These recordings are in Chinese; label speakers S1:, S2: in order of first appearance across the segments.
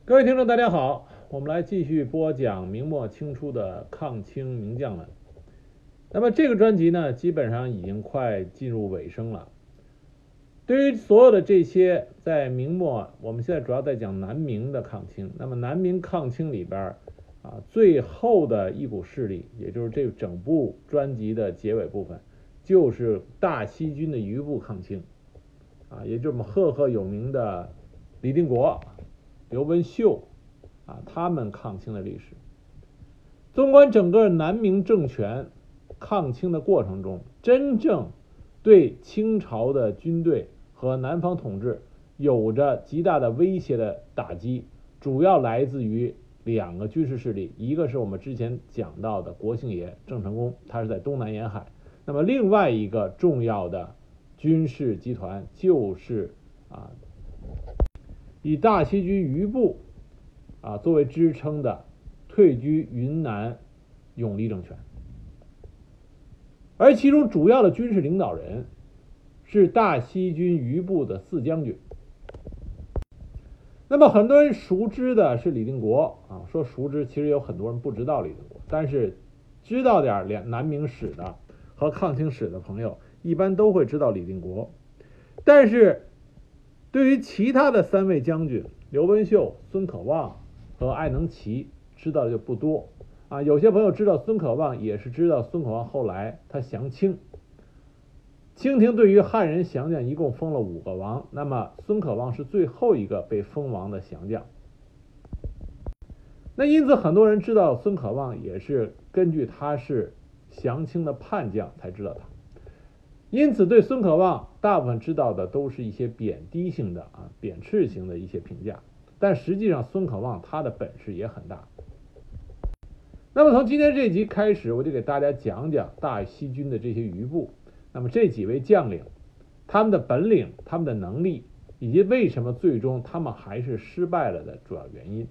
S1: 各位听众，大家好，我们来继续播讲明末清初的抗清名将们。那么这个专辑呢，基本上已经快进入尾声了。对于所有的这些在明末，我们现在主要在讲南明的抗清。那么南明抗清里边最后的一股势力，也就是这整部专辑的结尾部分，就是大西军的余部抗清也就是我们赫赫有名的李定国、刘文秀他们抗清的历史。纵观整个南明政权抗清的过程中，真正对清朝的军队和南方统治有着极大的威胁的打击，主要来自于两个军事势力，一个是我们之前讲到的国姓爷郑成功，他是在东南沿海，那么另外一个重要的军事集团就是以大西军余部作为支撑的退居云南永历政权，而其中主要的军事领导人是大西军余部的四将军。那么很多人熟知的是李定国说熟知，其实有很多人不知道李定国，但是知道点南明史的和抗清史的朋友一般都会知道李定国。但是对于其他的三位将军刘文秀、孙可望和艾能奇知道的就不多有些朋友知道孙可望，也是知道孙可望后来他降清，清廷对于汉人降将一共封了5个王，那么孙可望是最后一个被封王的降将。那因此很多人知道孙可望也是根据他是降清的叛将才知道他，因此对孙可望大部分知道的都是一些贬低性的贬斥型的一些评价，但实际上孙可望他的本事也很大。那么从今天这集开始，我就给大家讲讲大西军的这些余部，那么这几位将领他们的本领、他们的能力，以及为什么最终他们还是失败了的主要原因。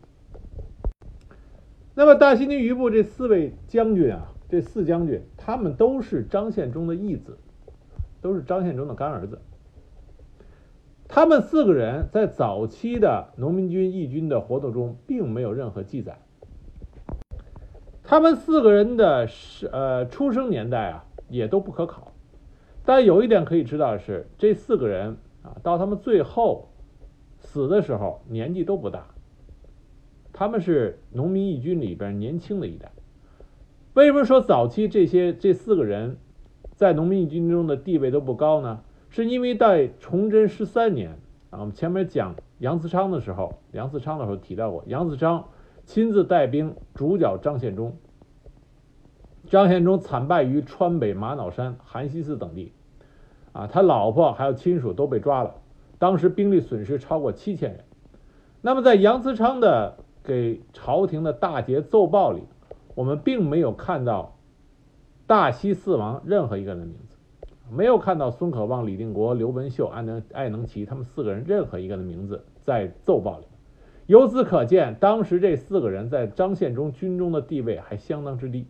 S1: 那么大西军余部这4位将军这4将军他们都是张献忠的义子，都是张献忠的干儿子。他们4个人在早期的农民军义军的活动中并没有任何记载。他们4个人的出生年代也都不可考，但有一点可以知道的是，这4个人到他们最后死的时候年纪都不大，他们是农民义军里边年轻的一代。为什么说早期这4个人在农民义军中的地位都不高呢？是因为在崇祯13年我们前面讲杨嗣昌的时候提到过，杨嗣昌亲自带兵主剿张献忠，张献忠惨败于川北玛瑙山、韩熙寺等地他老婆还有亲属都被抓了，当时兵力损失超过7000人。那么在杨嗣昌的给朝廷的大捷奏报里，我们并没有看到大西4王任何一个人的名字，没有看到孙可望、李定国、刘文秀、艾能奇他们4个人任何一个人的名字在奏报里。由此可见，当时这4个人在张献忠军中的地位还相当之低。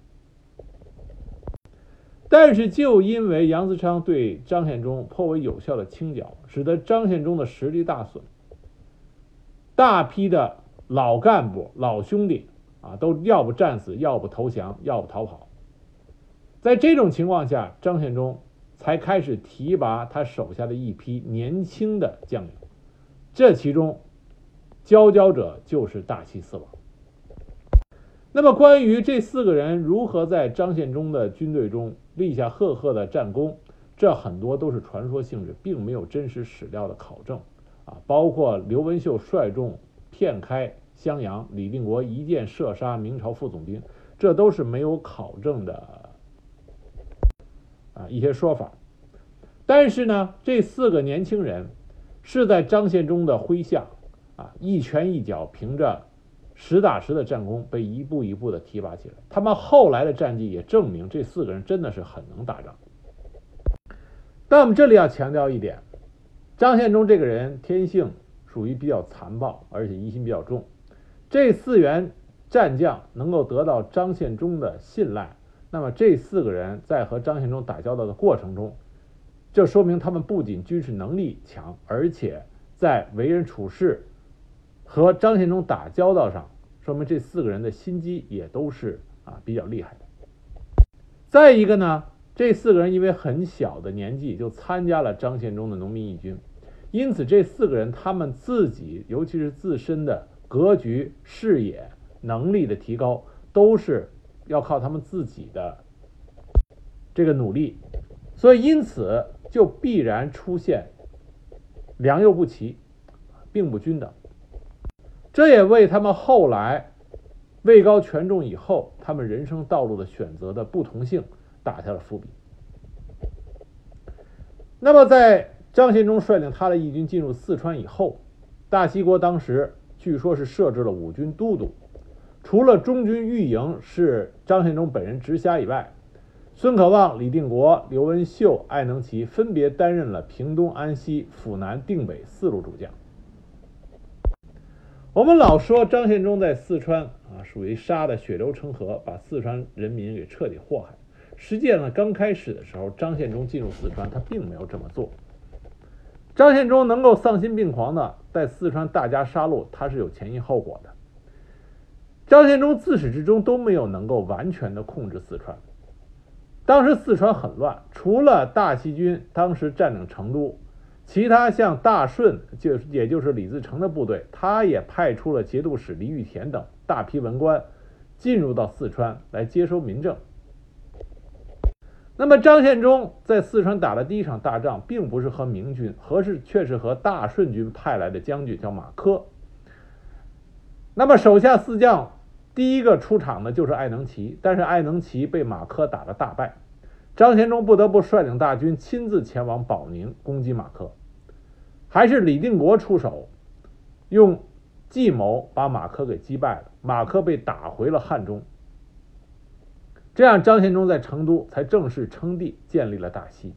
S1: 但是就因为杨嗣昌对张献忠颇为有效的清剿，使得张献忠的实力大损，大批的老干部、老兄弟都要不战死，要不投降，要不逃跑。在这种情况下，张献忠才开始提拔他手下的一批年轻的将领，这其中佼佼者就是大西4王。那么关于这4个人如何在张献忠的军队中立下赫赫的战功，这很多都是传说性质，并没有真实史料的考证包括刘文秀率众骗开襄阳，李定国一箭射杀明朝副总兵，这都是没有考证的一些说法。但是呢，这4个年轻人是在张献忠的麾下一拳一脚凭着实打实的战功被一步一步的提拔起来。他们后来的战绩也证明这4个人真的是很能打仗。但我们这里要强调一点，张献忠这个人天性属于比较残暴，而且疑心比较重。这4员战将能够得到张献忠的信赖，那么这4个人在和张献忠打交道的过程中，这说明他们不仅军事能力强，而且在为人处事和张献忠打交道上，说明这4个人的心机也都是比较厉害的。再一个呢，这4个人因为很小的年纪就参加了张献忠的农民义军，因此这4个人他们自己尤其是自身的格局、视野、能力的提高，都是要靠他们自己的这个努力，所以因此就必然出现良莠不齐，并不均等。这也为他们后来位高权重以后他们人生道路的选择的不同性打下了伏笔。那么在张献忠率领他的义军进入四川以后，大西国当时据说是设置了5军都督，除了中军御营是张献忠本人直辖以外，孙可望、李定国、刘文秀、艾能奇分别担任了平东、安西、抚南、定北4路主将。我们老说张献忠在四川属于杀的血流成河，把四川人民给彻底祸害。实际上刚开始的时候，张献忠进入四川他并没有这么做。张献忠能够丧心病狂的在四川大加杀戮，他是有前因后果的。张献忠自始至终都没有能够完全的控制四川。当时四川很乱，除了大西军当时占领成都，其他像大顺也就是李自成的部队，他也派出了节度使李玉田等大批文官进入到四川来接收民政。那么张献忠在四川打的第一场大仗并不是和明军，却是和大顺军派来的将军叫马科。那么手下4将第一个出场的就是艾能奇，但是艾能奇被马科打得大败，张献忠不得不率领大军亲自前往保宁攻击马科，还是李定国出手，用计谋把马科给击败了，马科被打回了汉中。这样张献忠在成都才正式称帝，建立了大西。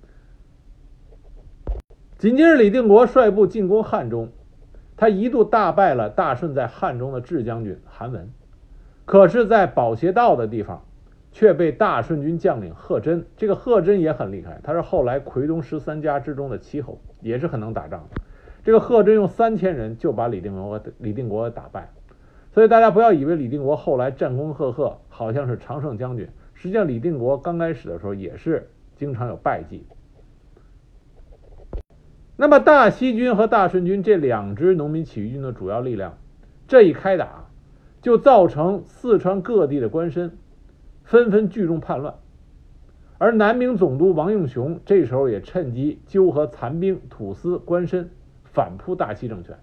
S1: 紧接着李定国率部进攻汉中，他一度大败了大顺在汉中的智将军韩文，可是在保协道的地方却被大顺军将领贺真，这个贺真也很厉害，他是后来奎东13家之中的齐侯，也是很能打仗的。这个贺真用3000人就把李定国打败，所以大家不要以为李定国后来战功赫赫，好像是常胜将军，实际上李定国刚开始的时候也是经常有败绩。那么大西军和大顺军这2支农民起义军的主要力量，这一开打就造成四川各地的官绅纷纷聚众叛乱，而南明总督王应熊这时候也趁机纠合残兵、土司、官绅反扑大西政权。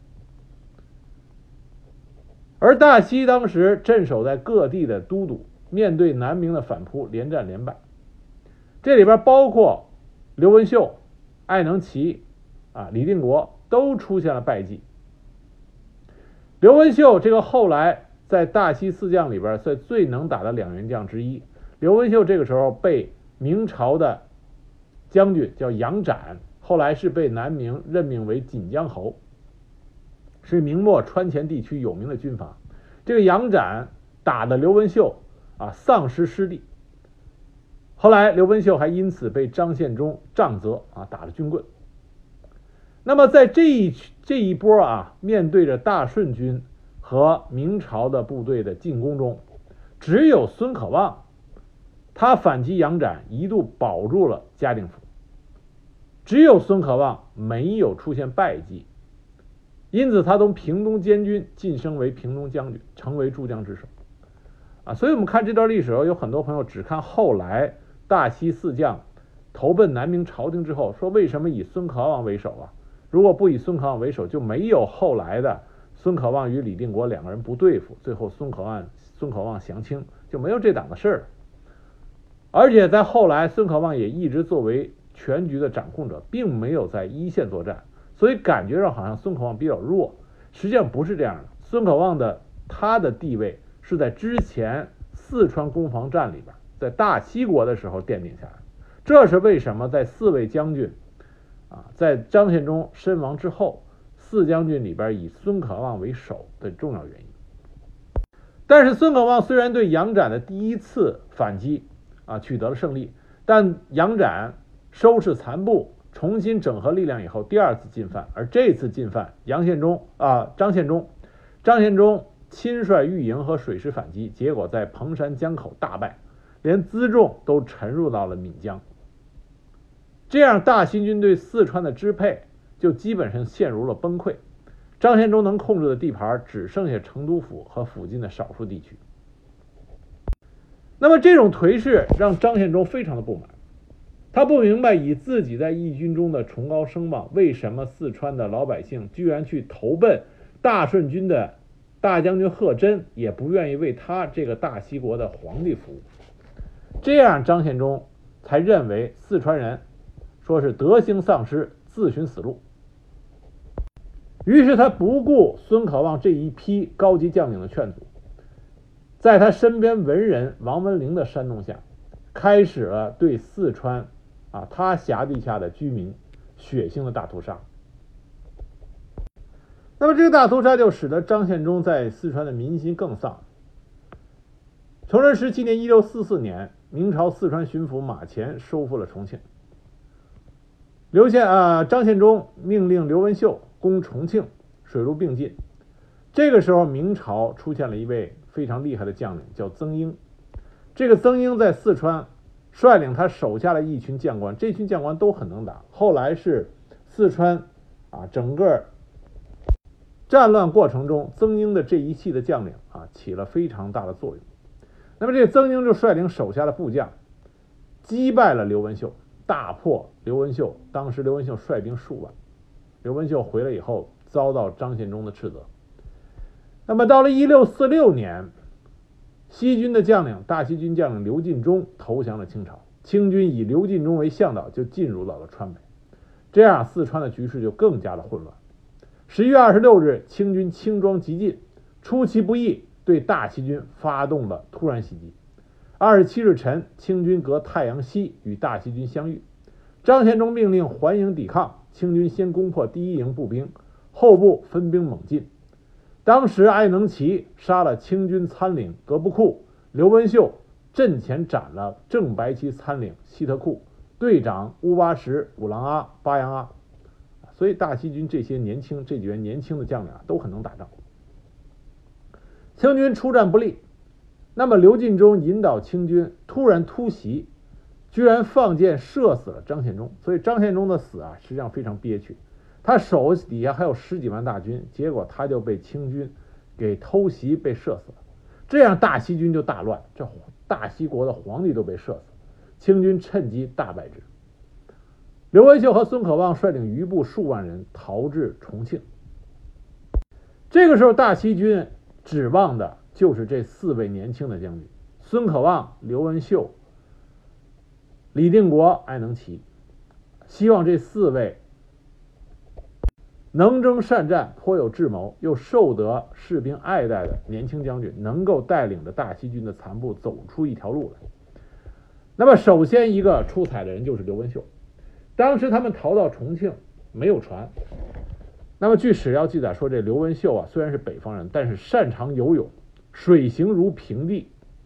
S1: 而大西当时镇守在各地的都督面对南明的反扑连战连败，这里边包括刘文秀、艾能奇李定国都出现了败绩。刘文秀这个后来在大西4将里边算最能打的2员将之一，刘文秀这个时候被明朝的将军叫杨展，后来是被南明任命为锦江侯，是明末川黔地区有名的军阀。这个杨展打的刘文秀丧失师弟，后来刘文秀还因此被张献忠杖责打了军棍。那么在这一波面对着大顺军和明朝的部队的进攻中，只有孙可望他反击杨展一度保住了嘉定府，只有孙可望没有出现败绩，因此他从平东监军晋升为平东将军，成为诸将之首所以我们看这段历史有很多朋友只看后来大西4将投奔南明朝廷之后，说为什么以孙可望为首如果不以孙可望为首，就没有后来的孙可望与李定国2个人不对付，最后孙可望降清，就没有这档子事儿。而且在后来孙可望也一直作为全局的掌控者，并没有在一线作战，所以感觉上好像孙可望比较弱，实际上不是这样的。孙可望他的地位是在之前四川攻防战里边，在大西国的时候奠定下来，这是为什么在4位将军在张献忠身亡之后，4将军里边以孙可望为首的重要原因。但是孙可望虽然对杨展的第一次反击取得了胜利，但杨展收拾残部，重新整合力量以后，第2次进犯，而这次进犯张献忠张献忠亲率御营和水师反击，结果在彭山江口大败，连辎重都沉入到了岷江。这样大西军对四川的支配就基本上陷入了崩溃，张献忠能控制的地盘只剩下成都府和附近的少数地区。那么这种颓势让张献忠非常的不满，他不明白以自己在义军中的崇高声望，为什么四川的老百姓居然去投奔大顺军的大将军贺真，也不愿意为他这个大西国的皇帝服务。这样张献忠才认为四川人说是德行丧失，自寻死路。于是他不顾孙可望这一批高级将领的劝阻，在他身边文人王文龄的煽动下，开始了对四川他辖地下的居民血腥的大屠杀。那么这个大屠杀就使得张献忠在四川的民心更丧。崇祯17年1644年，明朝四川巡抚马乾收复了重庆。张献忠命令刘文秀攻重庆，水陆并进。这个时候明朝出现了一位非常厉害的将领，叫曾英。这个曾英在四川率领他手下的一群将官，这群将官都很能打，后来是四川整个战乱过程中，曾英的这一系的将领起了非常大的作用。那么这个曾英就率领手下的部将击败了刘文秀，大破刘文秀。当时刘文秀率兵数万，刘文秀回来以后遭到张献忠的斥责。那么到了1646年，西军的将领大西军将领刘进忠投降了清朝，清军以刘进忠为向导就进入到了川北，这样四川的局势就更加的混乱。11月26日，清军轻装急进，出其不意对大西军发动了突然袭击。27日晨，清军隔太阳西与大西军相遇，张献忠命令还营抵抗，清军先攻破第一营步兵，后部分兵猛进。当时艾能奇杀了清军参领格布库，刘文秀阵前斩了正白旗参领希特库，队长乌巴什、五郎阿、巴扬阿。所以大西军这几员年轻的将领都很能打仗。清军出战不利，那么刘进忠引导清军突然突袭，居然放箭射死了张献忠。所以张献忠的死实际上非常憋屈，他手底下还有10几万大军，结果他就被清军给偷袭，被射死了。这样大西军就大乱，这大西国的皇帝都被射死，清军趁机大败之。刘文秀和孙可望率领余部数万人逃至重庆。这个时候大西军指望的就是这4位年轻的将军：孙可望、刘文秀、李定国、艾能奇，希望这4位能征善战、颇有智谋又受得士兵爱戴的年轻将军能够带领着大西军的残部走出一条路来。那么首先一个出彩的人就是刘文秀。当时他们逃到重庆，没有船。那么据史料记载说，这刘文秀虽然是北方人，但是擅长游泳，水行如平地，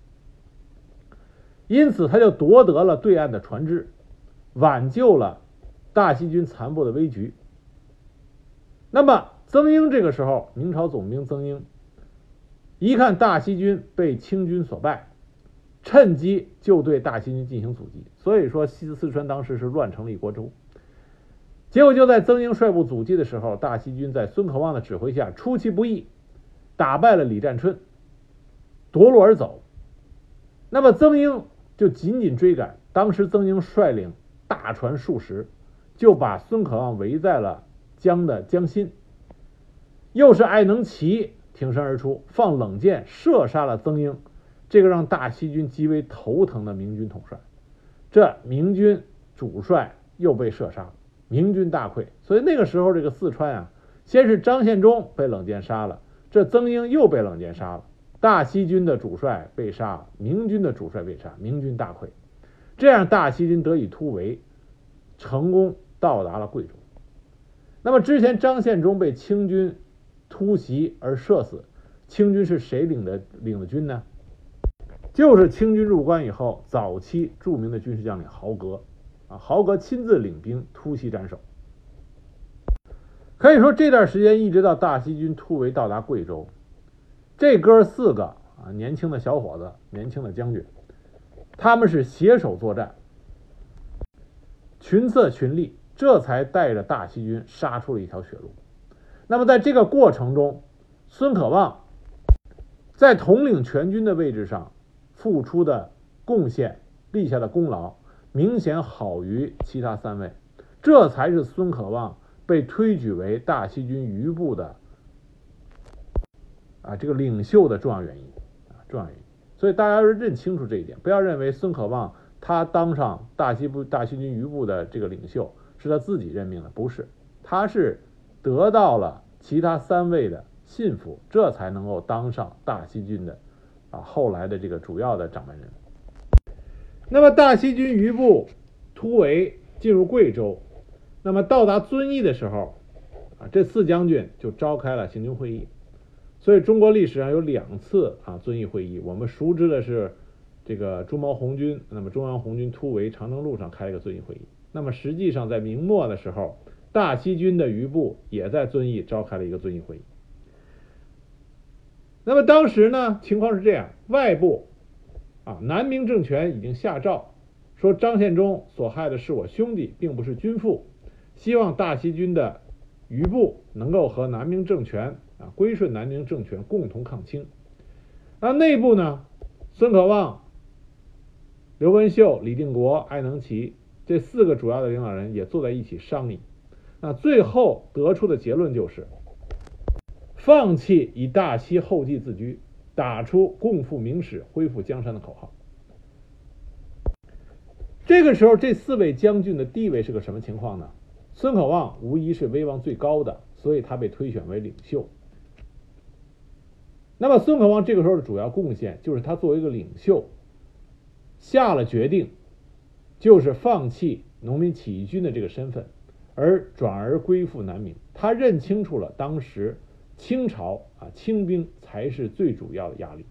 S1: 因此他就夺得了对岸的船只，挽救了大西军残部的危局。那么曾英这个时候，明朝总兵曾英一看大西军被清军所败，趁机就对大西军进行阻击，所以说四川当时是乱成了一锅粥。结果就在曾英率部阻击的时候，大西军在孙可望的指挥下出其不意打败了李占春，夺路而走。那么曾英就紧紧追赶，当时曾英率领大船数十，就把孙可望围在了江的江心。又是艾能奇挺身而出，放冷箭射杀了曾英，这个让大西军极为头疼的明军统帅。这明军主帅又被射杀，明军大溃。所以那个时候这个四川先是张献忠被冷箭杀了，这曾英又被冷箭杀了，大西军的主帅被杀，明军的主帅被杀，明军大溃。这样大西军得以突围，成功到达了贵州。那么之前张献忠被清军突袭而射死，清军是谁领的军呢？就是清军入关以后，早期著名的军事将领豪格豪格亲自领兵突袭斩首。可以说这段时间一直到大西军突围到达贵州， 这哥四个年轻的小伙子，年轻的将军，他们是携手作战，群策群力，这才带着大西军杀出了一条血路。那么在这个过程中，孙可望在统领全军的位置上付出的贡献、立下的功劳明显好于其他3位，这才是孙可望被推举为大西军余部的这个领袖的重要原因。所以大家要认清楚这一点，不要认为孙可望他当上大西军余部的这个领袖是他自己任命的，不是，他是得到了其他3位的信服，这才能够当上大西军的后来的这个主要的掌门人。那么大西军余部突围进入贵州，那么到达遵义的时候这4将军就召开了行军会议。所以中国历史上有2次遵义会议，我们熟知的是这个朱毛红军，那么中央红军突围长征路上开了个遵义会议。那么实际上在明末的时候，大西军的余部也在遵义召开了一个遵义会议。那么当时呢，情况是这样，外部南明政权已经下诏说张献忠所害的是我兄弟，并不是君父，希望大西军的余部能够和南明政权归顺南明政权，共同抗清。那内部呢，孙可望、刘文秀、李定国、艾能奇这4个主要的领导人也坐在一起商议。那最后得出的结论就是放弃以大西后继自居，打出共赴明史、恢复江山的口号。这个时候这4位将军的地位是个什么情况呢？孙可望无疑是威望最高的，所以他被推选为领袖。那么孙可望这个时候的主要贡献就是他作为一个领袖下了决定，就是放弃农民起义军的这个身份，转而归附南明。他认清楚了当时清朝清兵才是最主要的压力。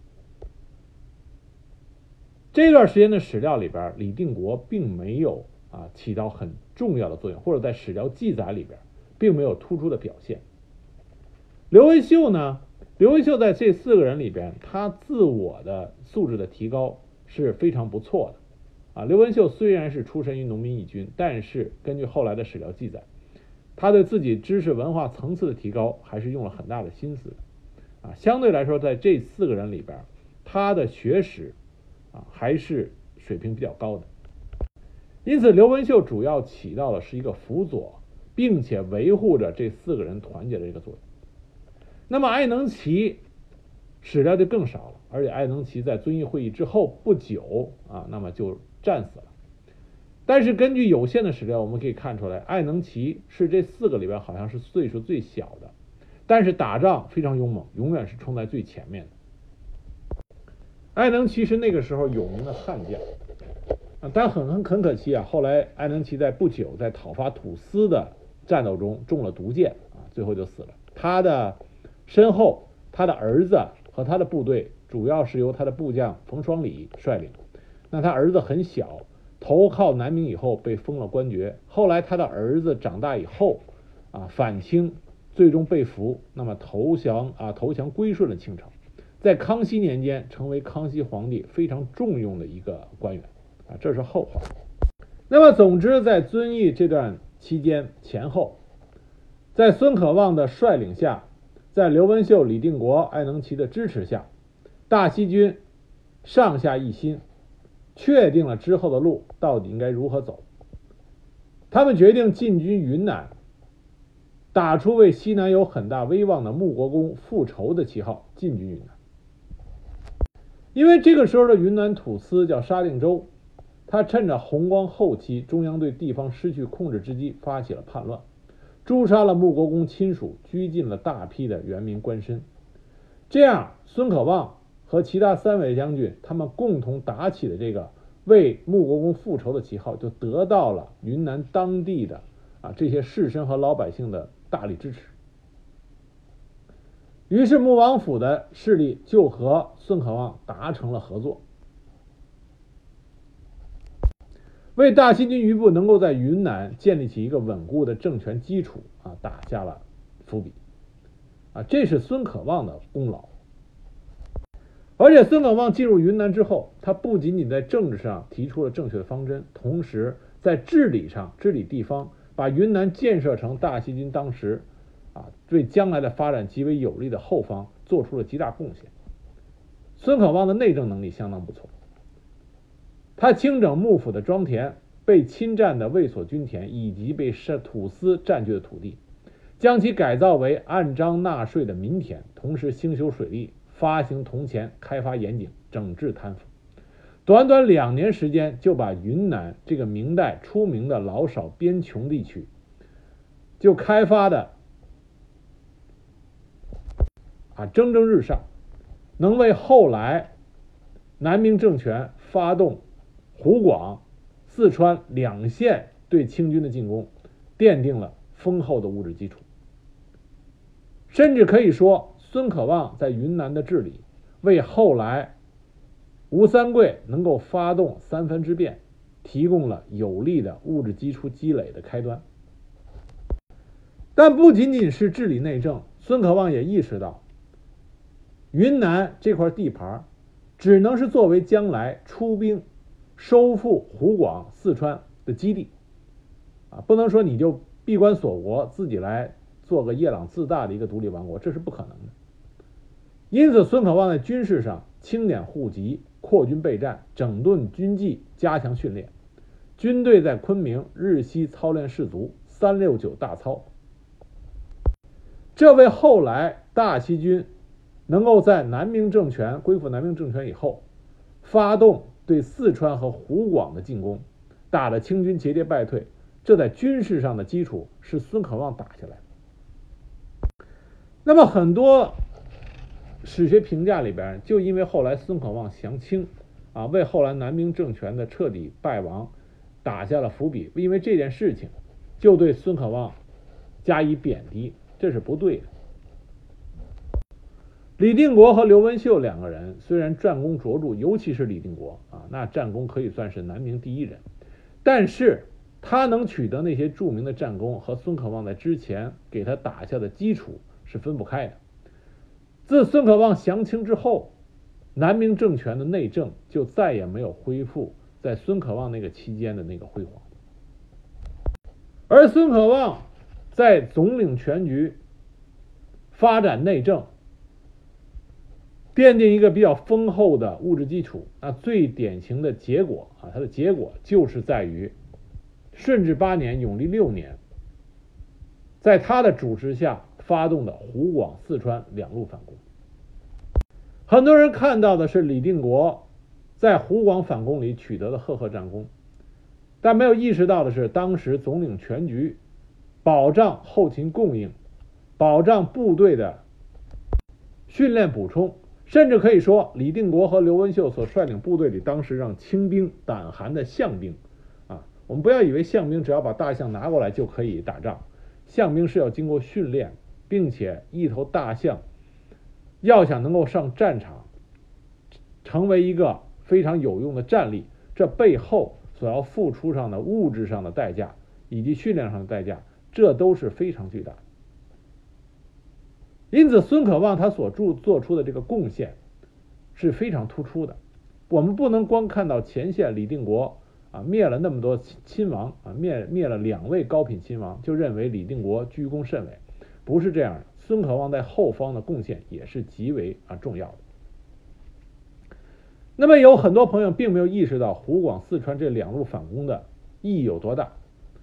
S1: 这段时间的史料里边，李定国并没有起到很重要的作用，或者在史料记载里边并没有突出的表现。刘文秀呢？刘文秀在这4个人里边，他自我的素质的提高是非常不错的刘文秀虽然是出身于农民义军，但是根据后来的史料记载，他对自己知识文化层次的提高还是用了很大的心思的相对来说，在这4个人里边，他的学识还是水平比较高的。因此刘文秀主要起到的是一个辅佐并且维护着这4个人团结的这个作用。那么艾能奇史料就更少了，而且艾能奇在遵义会议之后不久那么就战死了。但是根据有限的史料，我们可以看出来，艾能奇是这4个里边好像是岁数最小的，但是打仗非常勇猛，永远是冲在最前面的。艾能奇是那个时候有名的悍将但很可惜后来艾能奇在不久在讨伐土司的战斗中中了毒箭最后就死了。他的身后，他的儿子和他的部队主要是由他的部将冯双礼率领。那他儿子很小，投靠南明以后被封了官爵，后来他的儿子长大以后反清，最终被俘，那么投降归顺了清朝，在康熙年间成为康熙皇帝非常重用的一个官员这是后话。那么总之在遵义这段期间前后，在孙可望的率领下，在刘文秀、李定国、艾能奇的支持下，大西军上下一心，确定了之后的路到底应该如何走。他们决定进军云南，打出为西南有很大威望的穆国公复仇的旗号，进军云南。因为这个时候的云南土司叫沙令州，他趁着弘光后期中央对地方失去控制之机，发起了叛乱，诛杀了穆国公亲属，拘禁了大批的原民官绅。这样孙可望和其他3位将军他们共同打起的这个为穆国公复仇的旗号，就得到了云南当地的这些士绅和老百姓的大力支持。于是穆王府的势力就和孙可望达成了合作，为大西军余部能够在云南建立起一个稳固的政权基础打下了伏笔这是孙可望的功劳。 而且孙可望进入云南之后，他不仅仅在政治上提出了正确的方针，同时在治理上治理地方，把云南建设成大西军当时对将来的发展极为有利的后方，做出了极大贡献。孙可望的内政能力相当不错，他清整幕府的庄田、被侵占的卫所军田以及被土司占据的土地，将其改造为按章纳税的民田，同时兴修水利，发行铜钱，开发盐井，整治贪腐。短短2年时间，就把云南这个明代出名的老少边穷地区就开发的蒸蒸日上，能为后来南明政权发动湖广、四川2县对清军的进攻奠定了丰厚的物质基础。甚至可以说，孙可望在云南的治理为后来吴三桂能够发动三藩之变提供了有力的物质基础积累的开端。但不仅仅是治理内政，孙可望也意识到云南这块地盘只能是作为将来出兵收复湖广、四川的基地不能说你就闭关锁国，自己来做个夜郎自大的一个独立王国，这是不可能的。因此孙可望在军事上清点户籍，扩军备战，整顿军纪，加强训练。军队在昆明日夕操练士卒，369大操，这为后来大西军能够在南明政权恢复南明政权以后，发动对四川和湖广的进攻，打得清军节节败退，这在军事上的基础是孙可望打下来的。那么很多史学评价里边，就因为后来孙可望降清为后来南明政权的彻底败亡打下了伏笔，因为这件事情就对孙可望加以贬低，这是不对的。李定国和刘文秀2个人虽然战功卓著，尤其是李定国那战功可以算是南明第一人，但是他能取得那些著名的战功和孙可望在之前给他打下的基础是分不开的。自孙可望降清之后，南明政权的内政就再也没有恢复在孙可望那个期间的那个辉煌。而孙可望在总领全局，发展内政，奠定一个比较丰厚的物质基础，最典型的结果它的结果就是在于顺治8年、永历6年，在他的主持下发动的湖广、四川2路反攻。很多人看到的是李定国在湖广反攻里取得的赫赫战功，但没有意识到的是，当时总领全局，保障后勤供应，保障部队的训练补充，甚至可以说李定国和刘文秀所率领部队里当时让清兵胆寒的象兵我们不要以为象兵只要把大象拿过来就可以打仗，象兵是要经过训练，并且一头大象要想能够上战场成为一个非常有用的战力，这背后所要付出上的物质上的代价以及训练上的代价，这都是非常巨大的。因此孙可望他所做出的这个贡献是非常突出的。我们不能光看到前线李定国灭了那么多亲王灭了2位高品亲王，就认为李定国居功甚伟，不是这样的。孙可望在后方的贡献也是极为重要的。那么有很多朋友并没有意识到湖广、四川这2路反攻的意义有多大。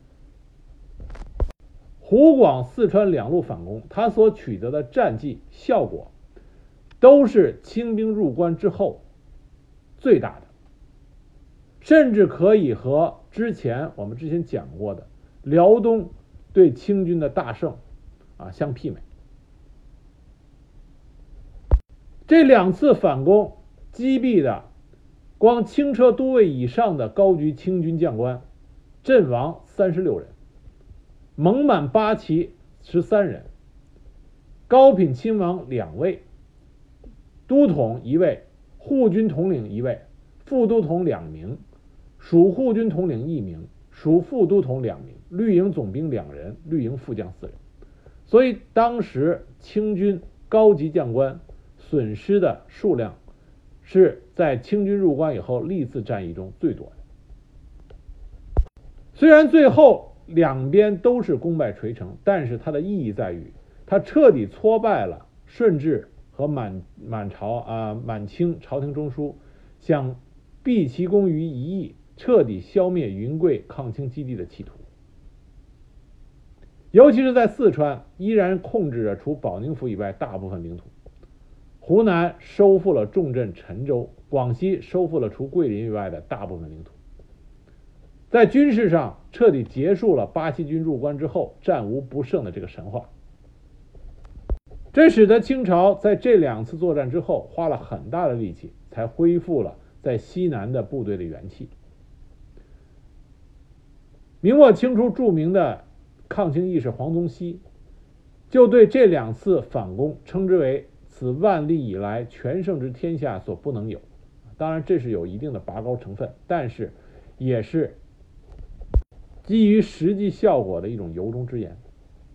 S1: 湖广、四川2路反攻，他所取得的战绩效果都是清兵入关之后最大的，甚至可以和我们之前讲过的辽东对清军的大胜相媲美。这2次反攻击毙的光轻车都尉以上的高级清军将官阵亡36人，蒙满八旗13人，高品亲王2位，都统1位，护军统领1位，副都统2名，属护军统领1名，属副都统2名，绿营总兵2人，绿营副将4人。所以当时清军高级将官损失的数量是在清军入关以后历次战役中最多的。虽然最后两边都是功败垂成，但是它的意义在于，它彻底挫败了顺治和满清朝廷中枢想毕其功于一役，彻底消灭云贵抗清基地的企图。尤其是在四川，依然控制着除保宁府以外大部分领土。湖南收复了重镇陈州，广西收复了除桂林以外的大部分领土。在军事上彻底结束了八旗军入关之后战无不胜的这个神话。这使得清朝在这两次作战之后花了很大的力气，才恢复了在西南的部队的元气。明末清初著名的抗清义士黄宗羲就对这两次反攻称之为此万历以来全盛之天下所不能有。当然这是有一定的拔高成分，但是也是基于实际效果的一种由衷之言。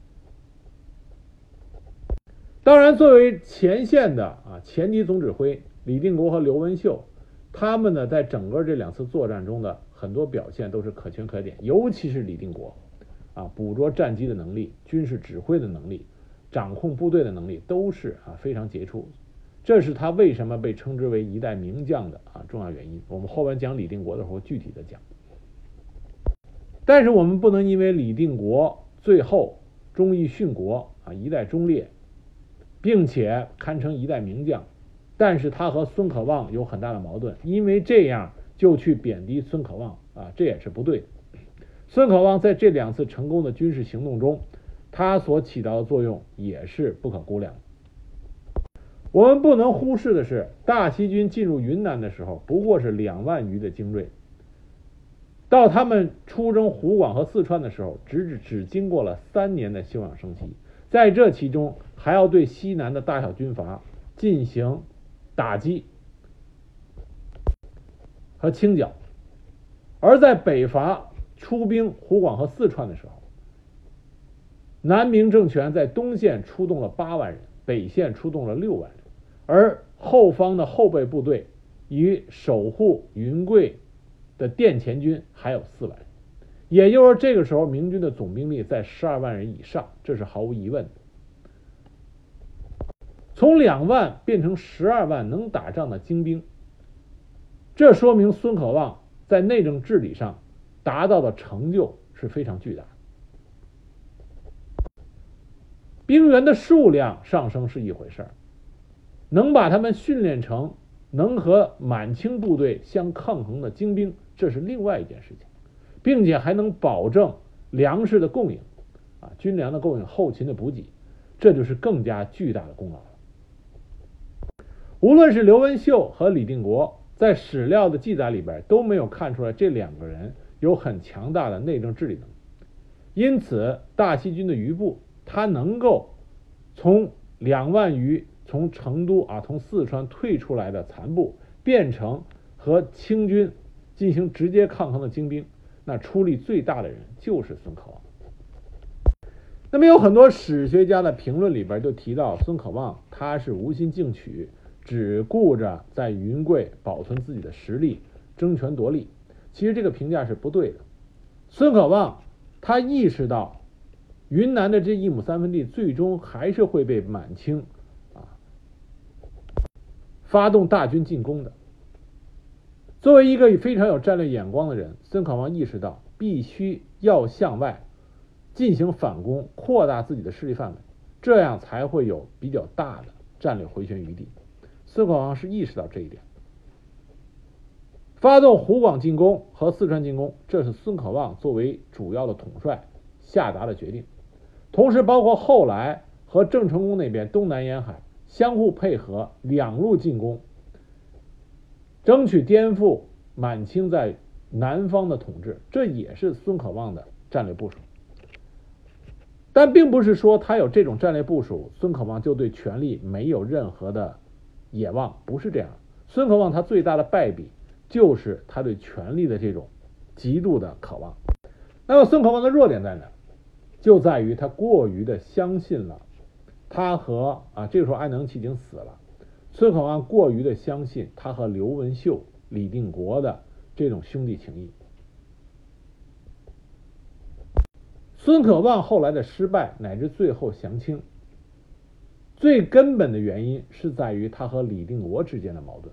S1: 当然作为前线的前敌总指挥李定国和刘文秀，他们呢在整个这两次作战中的很多表现都是可圈可点，尤其是李定国捕捉战机的能力、军事指挥的能力、掌控部队的能力都是非常杰出，这是他为什么被称之为一代名将的重要原因。我们后边讲李定国的时候具体的讲。但是我们不能因为李定国最后忠义殉国一代忠烈，并且堪称一代名将，但是他和孙可望有很大的矛盾，因为这样就去贬低孙可望这也是不对的。孙可望在这两次成功的军事行动中，他所起到的作用也是不可估量的。我们不能忽视的是，大西军进入云南的时候不过是2万余的精锐，到他们出征湖广和四川的时候，只经过了3年的休养生息，在这其中还要对西南的大小军阀进行打击和清剿。而在北伐出兵湖广和四川的时候，南明政权在东线出动了8万人，北线出动了6万人，而后方的后备部队与守护云贵的殿前军还有4万人，也就是说这个时候明军的总兵力在12万人以上，这是毫无疑问的。从2万变成12万能打仗的精兵，这说明孙可望在内政治理上达到的成就是非常巨大的。兵员的数量上升是一回事，能把他们训练成能和满清部队相抗衡的精兵，这是另外一件事情，并且还能保证粮食的供应军粮的供应、后勤的补给，这就是更加巨大的功劳了。无论是刘文秀和李定国，在史料的记载里边都没有看出来这2个人有很强大的内政治理能力，因此大西军的余部他能够从2万余从成都从四川退出来的残部变成和清军进行直接抗衡的精兵，那出力最大的人就是孙可望。那么有很多史学家的评论里边就提到孙可望他是无心进取，只顾着在云贵保存自己的实力，争权夺利。其实这个评价是不对的。孙可望他意识到云南的这1亩3分地最终还是会被满清发动大军进攻的。作为一个非常有战略眼光的人，孙可望意识到必须要向外进行反攻，扩大自己的势力范围，这样才会有比较大的战略回旋余地。孙可望是意识到这一点。发动湖广进攻和四川进攻，这是孙可望作为主要的统帅下达的决定，同时包括后来和郑成功那边东南沿海相互配合2路进攻，争取颠覆满清在南方的统治，这也是孙可望的战略部署。但并不是说他有这种战略部署，孙可望就对权力没有任何的野望，不是这样。孙可望他最大的败笔就是他对权力的这种极度的渴望。那么孙可望的弱点在哪？就在于他过于的相信了他和这个时候安能启已经死了， 孙可望过于的相信他和刘文秀、李定国的这种兄弟情谊。孙可望后来的失败乃至最后降清，最根本的原因是在于他和李定国之间的矛盾。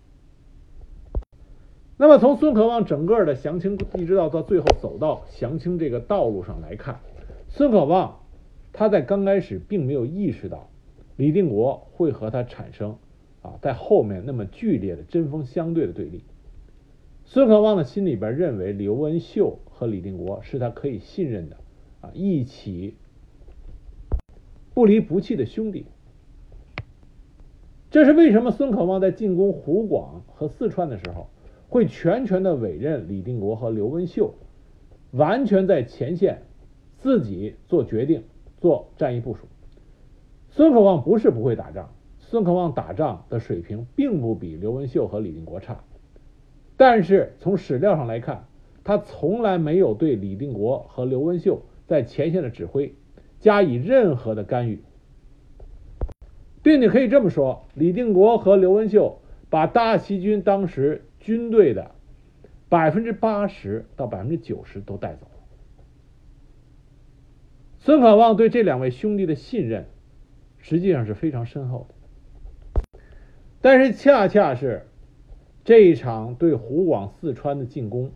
S1: 那么从孙可望整个的降清一直到最后走到降清这个道路上来看，孙可望他在刚开始并没有意识到李定国会和他产生在后面那么剧烈的针锋相对的对立。孙可望的心里边认为刘文秀和李定国是他可以信任的一起不离不弃的兄弟。这是为什么孙可望在进攻湖广和四川的时候会全权的委任李定国和刘文秀完全在前线自己做决定做战役部署。孙可望不是不会打仗，孙可望打仗的水平并不比刘文秀和李定国差，但是从史料上来看，他从来没有对李定国和刘文秀在前线的指挥加以任何的干预，并且可以这么说，李定国和刘文秀把大西军当时军队的80%到90%都带走了。孙可望对这两位兄弟的信任实际上是非常深厚的，但是恰恰是这一场对湖广四川的进攻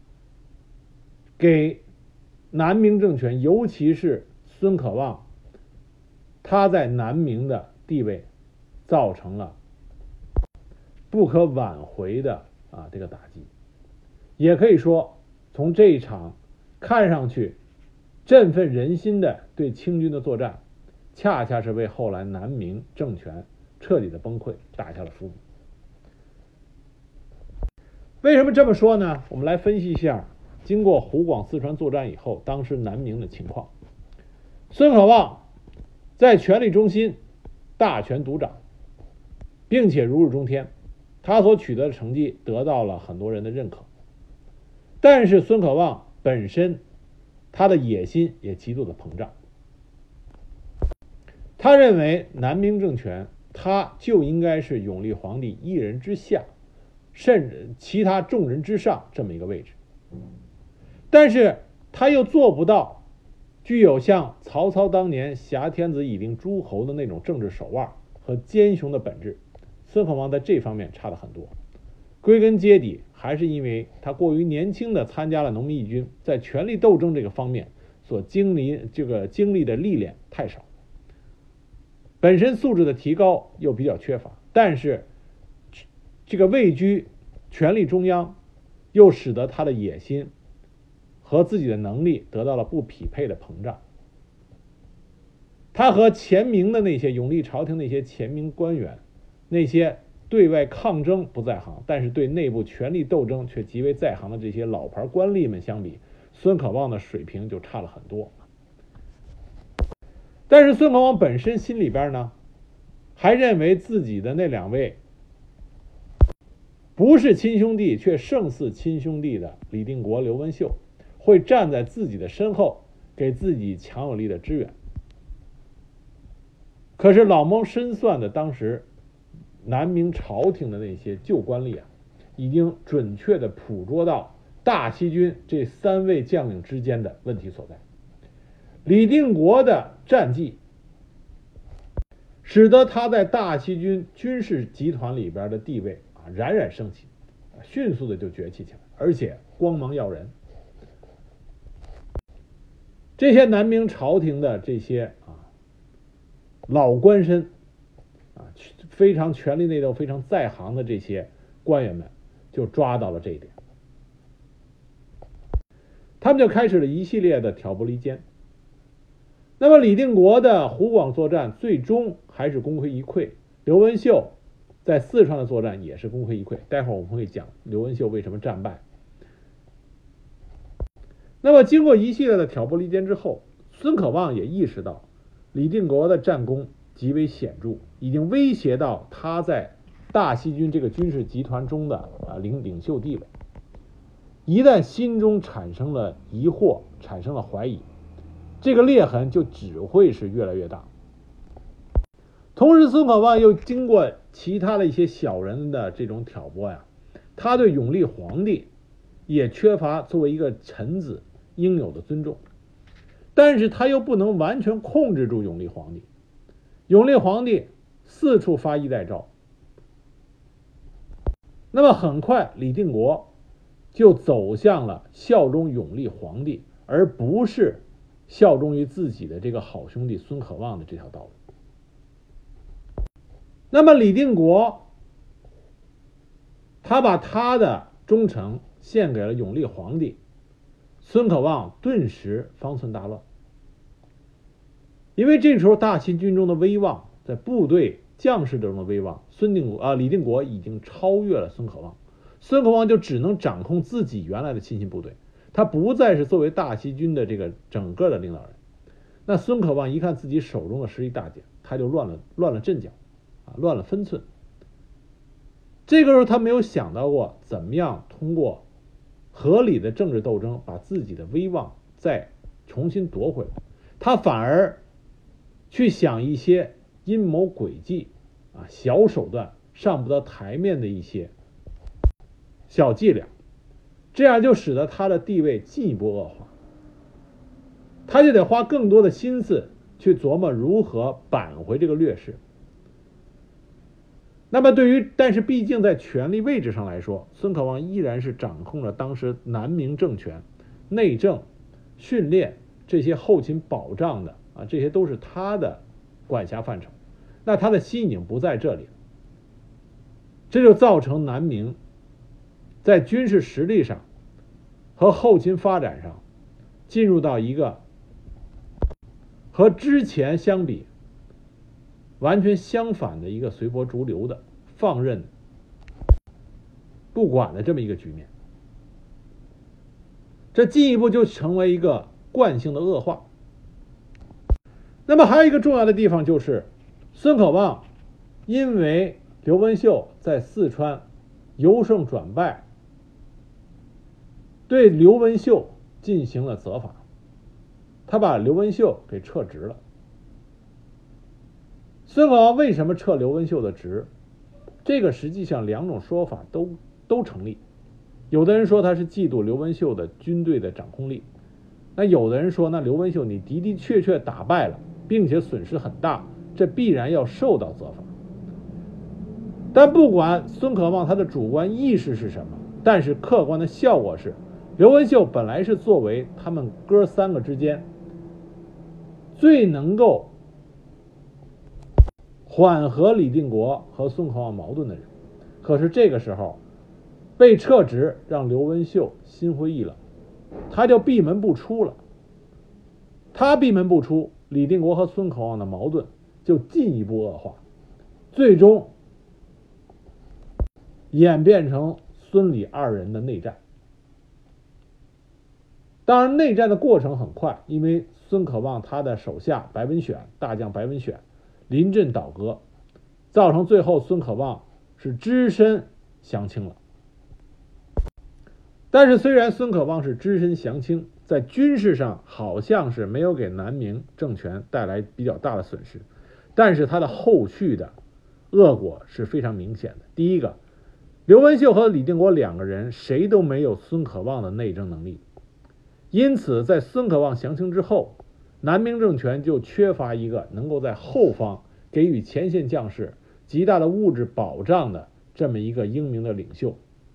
S1: 给南明政权，尤其是孙可望他在南明的地位造成了不可挽回的这个打击。也可以说，从这一场看上去振奋人心的对清军的作战，恰恰是为后来南明政权彻底的崩溃打下了伏笔。为什么这么说呢？我们来分析一下经过湖广四川作战以后当时南明的情况。孙可望在权力中心大权独掌，并且如日中天，他所取得的成绩得到了很多人的认可。但是孙可望本身他的野心也极度的膨胀，他认为南明政权他就应该是永历皇帝一人之下，甚至其他众人之上这么一个位置，但是他又做不到具有像曹操当年挟天子以令诸侯的那种政治手腕和奸雄的本质。孙可望在这方面差了很多，归根结底还是因为他过于年轻的参加了农民义军，在权力斗争这个方面所经历的历练太少，本身素质的提高又比较缺乏，但是这个位居权力中央，又使得他的野心和自己的能力得到了不匹配的膨胀。他和前明的那些永历朝廷那些前明官员，那些对外抗争不在行，但是对内部权力斗争却极为在行的这些老牌官吏们相比，孙可望的水平就差了很多。但是孙可望本身心里边呢，还认为自己的那两位不是亲兄弟却胜似亲兄弟的李定国、刘文秀会站在自己的身后，给自己强有力的支援。可是老谋深算的当时南明朝廷的那些旧官吏已经准确的捕捉到大西军这三位将领之间的问题所在。李定国的战绩使得他在大西军军事集团里边的地位冉冉升起，迅速的就崛起起来，而且光芒耀人。这些南明朝廷的这些老官绅非常权力内斗非常在行的这些官员们就抓到了这一点，他们就开始了一系列的挑拨离间。那么李定国的湖广作战最终还是功亏一篑，刘文秀在四川的作战也是功亏一篑，待会儿我们会讲刘文秀为什么战败。那么经过一系列的挑拨离间之后，孙可望也意识到李定国的战功极为显著，已经威胁到他在大西军这个军事集团中的领袖地位。一旦心中产生了疑惑，产生了怀疑，这个裂痕就只会是越来越大。 同时孙可望又经过其他的一些小人的这种挑拨呀，他对永历皇帝也缺乏作为一个臣子应有的尊重，但是他又不能完全控制住永历皇帝。永历皇帝四处发衣带诏，那么很快李定国就走向了效忠永历皇帝，而不是效忠于自己的这个好兄弟孙可望的这条道路。那么李定国他把他的忠诚献给了永历皇帝，孙可望顿时方寸大乱。因为这时候大秦军中的威望，在部队将士中的威望，李定国已经超越了孙可望，孙可望就只能掌控自己原来的亲信部队，他不再是作为大齐军的这个整个的领导人。那孙可望一看自己手中的实力大减，他就乱了阵脚，乱了分寸。这个时候他没有想到过怎么样通过合理的政治斗争把自己的威望再重新夺回来，他反而去想一些阴谋诡计小手段上不得台面的一些小伎俩，这样就使得他的地位进一步恶化，他就得花更多的心思去琢磨如何扳回这个劣势。那么但是毕竟在权力位置上来说，孙可望依然是掌控着当时南明政权、内政、训练这些后勤保障的这些都是他的管辖范畴，那他的心已经不在这里了，这就造成南明在军事实力上和后勤发展上进入到一个和之前相比完全相反的一个随波逐流的放任不管的这么一个局面，这进一步就成为一个惯性的恶化。那么还有一个重要的地方就是孙可望因为刘文秀在四川由胜转败，对刘文秀进行了责罚，他把刘文秀给撤职了。孙可望为什么撤刘文秀的职？这个实际上两种说法都成立。有的人说他是嫉妒刘文秀的军队的掌控力，那有的人说那刘文秀你的的确确打败了，并且损失很大，这必然要受到责罚。但不管孙可望他的主观意识是什么，但是客观的效果是，刘文秀本来是作为他们哥三个之间最能够缓和李定国和孙可望矛盾的人，可是这个时候被撤职，让刘文秀心灰意冷，他就闭门不出了。他闭门不出，李定国和孙可望的矛盾就进一步恶化，最终演变成孙李二人的内战。当然内战的过程很快，因为孙可望他的手下大将白文选临阵倒戈，造成最后孙可望是只身降清了。但是虽然孙可望是只身降清，在军事上好像是没有给南明政权带来比较大的损失，但是他的后续的恶果是非常明显的。第一个，刘文秀和李定国两个人谁都没有孙可望的内政能力，因此在孙可望降清之后，南明政权就缺乏一个能够在后方给予前线将士极大的物质保障的这么一个英明的领袖。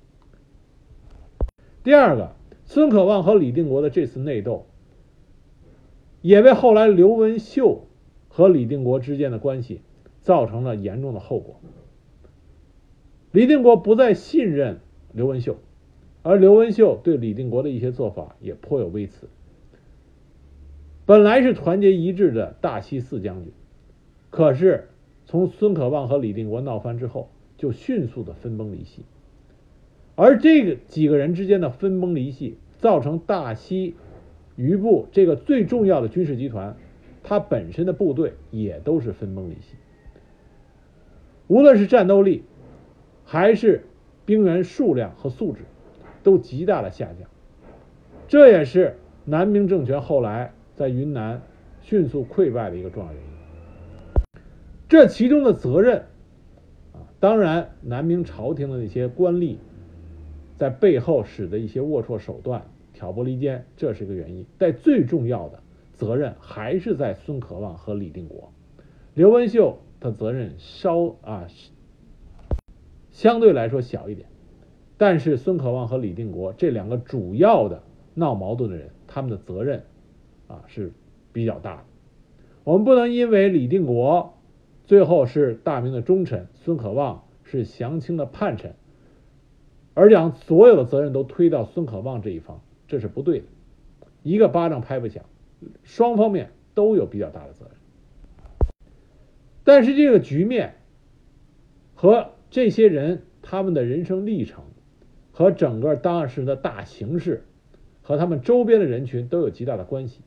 S1: 第二个，孙可望和李定国的这次内斗也为后来刘文秀和李定国之间的关系造成了严重的后果。李定国不再信任刘文秀，而刘文秀对李定国的一些做法也颇有微词。本来是团结一致的大西四将军，可是从孙可望和李定国闹翻之后，就迅速的分崩离析。而这几个人之间的分崩离析，造成大西余部这个最重要的军事集团，它本身的部队也都是分崩离析，无论是战斗力还是兵员数量和素质都极大的下降。这也是南明政权后来在云南迅速溃败的一个重要原因。 这其中的责任当然南明朝廷的那些官吏在背后使的一些龌龊手段，挑拨离间，这是一个原因。但最重要的责任还是在孙可望和李定国。刘文秀的责任相对来说小一点，但是孙可望和李定国这两个主要的闹矛盾的人，他们的责任是比较大的。我们不能因为李定国最后是大明的忠臣，孙可望是降清的叛臣，而将所有的责任都推到孙可望这一方，这是不对的。一个巴掌拍不响，双方面都有比较大的责任。但是这个局面和这些人他们的人生历程和整个当时的大形势和他们周边的人群都有极大的关系。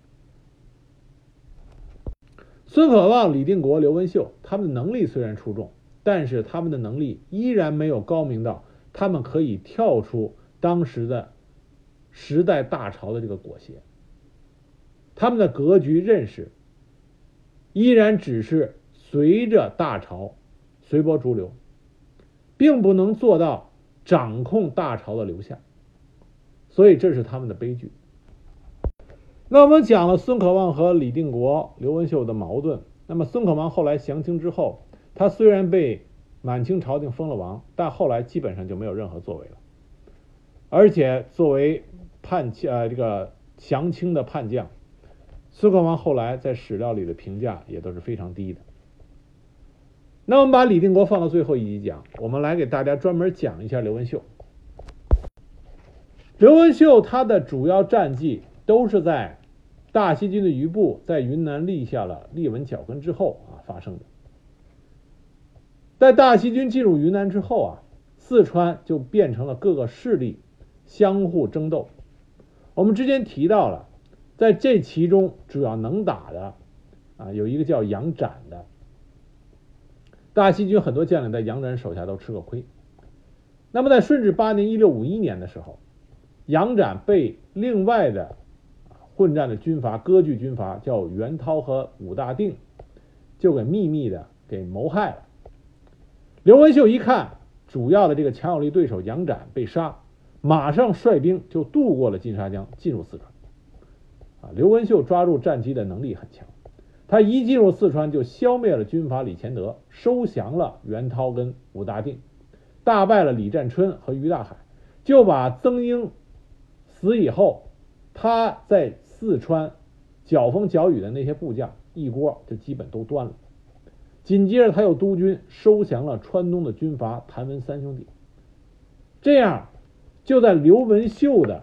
S1: 孙可望、李定国、刘文秀他们的能力虽然出众，但是他们的能力依然没有高明到他们可以跳出当时的时代大潮的这个裹挟。他们的格局认识依然只是随着大潮随波逐流，并不能做到掌控大潮的流向，所以这是他们的悲剧。那我们讲了孙可望和李定国、刘文秀的矛盾。那么孙可望后来降清之后，他虽然被满清朝廷封了王，但后来基本上就没有任何作为了。而且作为这个降清的叛将，孙可望后来在史料里的评价也都是非常低的。那我们把李定国放到最后一集讲，我们来给大家专门讲一下刘文秀。刘文秀他的主要战绩都是在大西军的余部在云南立下了立稳脚跟之后发生的。在大西军进入云南之后四川就变成了各个势力相互争斗。我们之前提到了，在这其中主要能打的有一个叫杨展的。大西军很多将领在杨展手下都吃过亏。那么在顺治8年1651年的时候，杨展被另外的混战的军阀割据军阀叫袁涛和武大定就给秘密的给谋害了。刘文秀一看主要的这个强有力对手杨展被杀，马上率兵就渡过了金沙江进入四川。刘文秀抓住战机的能力很强，他一进入四川就消灭了军阀李乾德，收降了袁涛跟武大定，大败了李占春和于大海，就把曾英死以后他在四川搅风搅雨的那些部将一锅就基本都端了。紧接着他又督军收降了川东的军阀谭文三兄弟。这样就在刘文秀的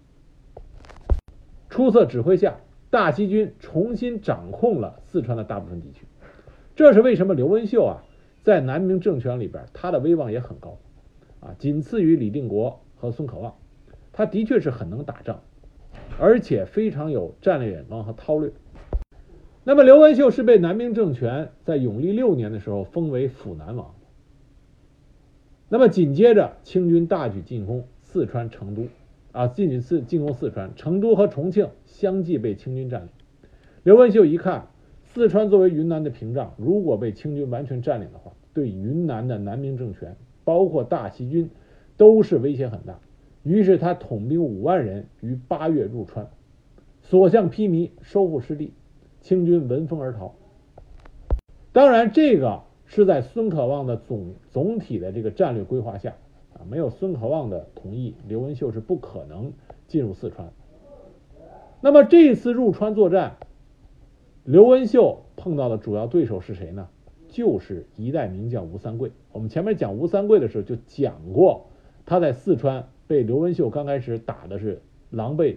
S1: 出色指挥下，大西军重新掌控了四川的大部分地区。这是为什么刘文秀在南明政权里边他的威望也很高仅次于李定国和孙可望。他的确是很能打仗，而且非常有战略眼光和韬略。那么刘文秀是被南明政权在永历6年的时候封为辅南王。那么紧接着清军大举进攻四川成都进攻四川，成都和重庆相继被清军占领。刘文秀一看四川作为云南的屏障，如果被清军完全占领的话，对云南的南明政权包括大西军都是威胁很大。于是他统兵5万人于8月入川，所向披靡，收复失地，清军闻风而逃。当然这个是在孙可望的总体的这个战略规划下没有孙可望的同意，刘文秀是不可能进入四川。那么这一次入川作战，刘文秀碰到的主要对手是谁呢？就是一代名将吴三桂。我们前面讲吴三桂的时候就讲过，他在四川被刘文秀刚开始打的是狼狈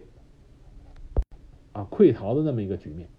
S1: 溃逃的那么一个局面。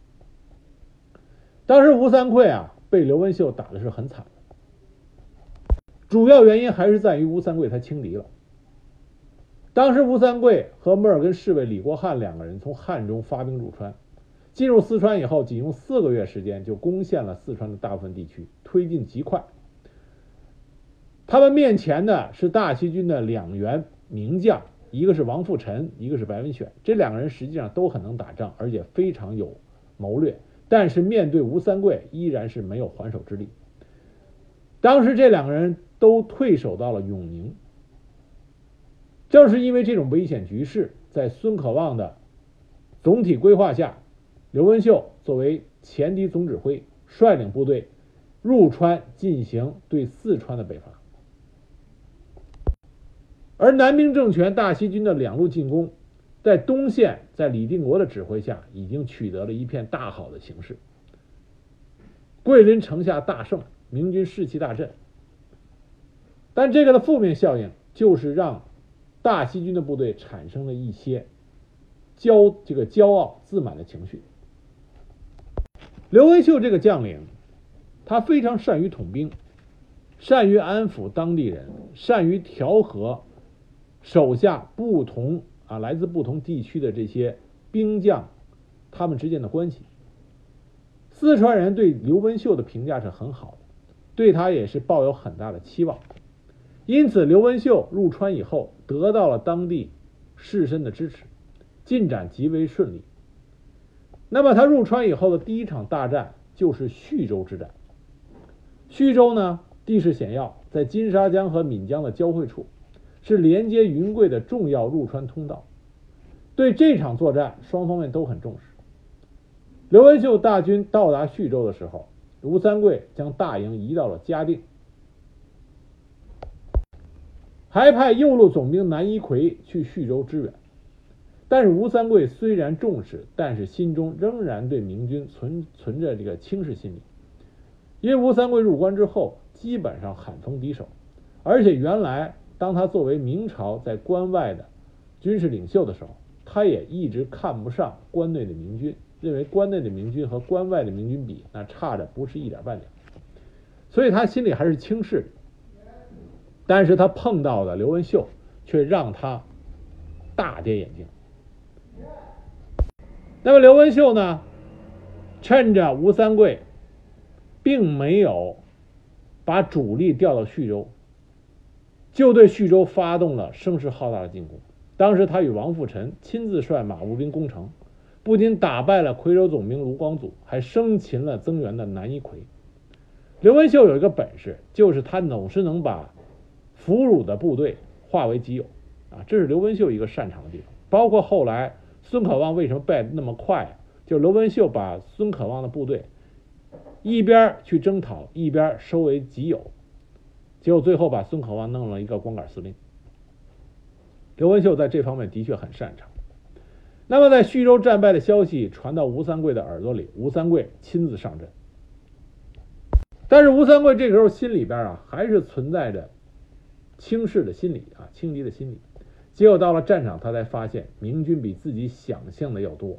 S1: 当时吴三桂被刘文秀打的是很惨的，主要原因还是在于吴三桂他轻敌了。当时吴三桂和莫尔根侍卫李国汉2个人从汉中发兵入川，进入四川以后仅用4个月时间就攻陷了四川的大部分地区，推进极快。他们面前的是大西军的2员名将，一个是王富臣，一个是白文选。这2个人实际上都很能打仗，而且非常有谋略， 但是面对吴三桂依然是没有还手之力。当时这两个人都退守到了永宁。正是因为这种危险局势，在孙可望的总体规划下，刘文秀作为前敌总指挥，率领部队入川进行对四川的北伐。而南明政权大西军的两路进攻，在东线在李定国的指挥下已经取得了一片大好的形势。桂林城下大胜，明军士气大振。但这个的负面效应就是让大西军的部队产生了一些骄傲自满的情绪。刘文秀这个将领，他非常善于统兵，善于安抚当地人，善于调和手下来自不同地区的这些兵将他们之间的关系。四川人对刘文秀的评价是很好的，对他也是抱有很大的期望。因此刘文秀入川以后得到了当地士绅的支持，进展极为顺利。那么他入川以后的第一场大战就是徐州之战。徐州呢，地势险要，在金沙江和岷江的交汇处，是连接云贵的重要入川通道。对这场作战，双方面都很重视。刘文秀大军到达徐州的时候，吴三桂将大营移到了嘉定，还派右路总兵南一奎去徐州支援。但是吴三桂虽然重视，但是心中仍然对明军存着这个轻视心理。因为吴三桂入关之后基本上罕逢敌手，而且原来当他作为明朝在关外的军事领袖的时候，他也一直看不上关内的明军，认为关内的明军和关外的明军比，那差着不是一点半点，所以他心里还是轻视的。但是他碰到的刘文秀却让他大跌眼镜。那么刘文秀呢，趁着吴三桂并没有把主力调到徐州，就对徐州发动了声势浩大的进攻。当时他与王富臣亲自率马步兵攻城，不仅打败了夔州总兵卢光祖，还生擒了增援的南一奎。刘文秀有一个本事，就是他总是能把俘虏的部队化为己有这是刘文秀一个擅长的地方。包括后来孙可望为什么败得那么快就刘文秀把孙可望的部队一边去征讨，一边收为己有，结果最后把孙可望弄了一个光杆司令。刘文秀在这方面的确很擅长。那么在徐州战败的消息传到吴三桂的耳朵里，吴三桂亲自上阵。但是吴三桂这个时候心里边还是存在着轻视的心理轻敌的心理。结果到了战场，他才发现明军比自己想象的要多。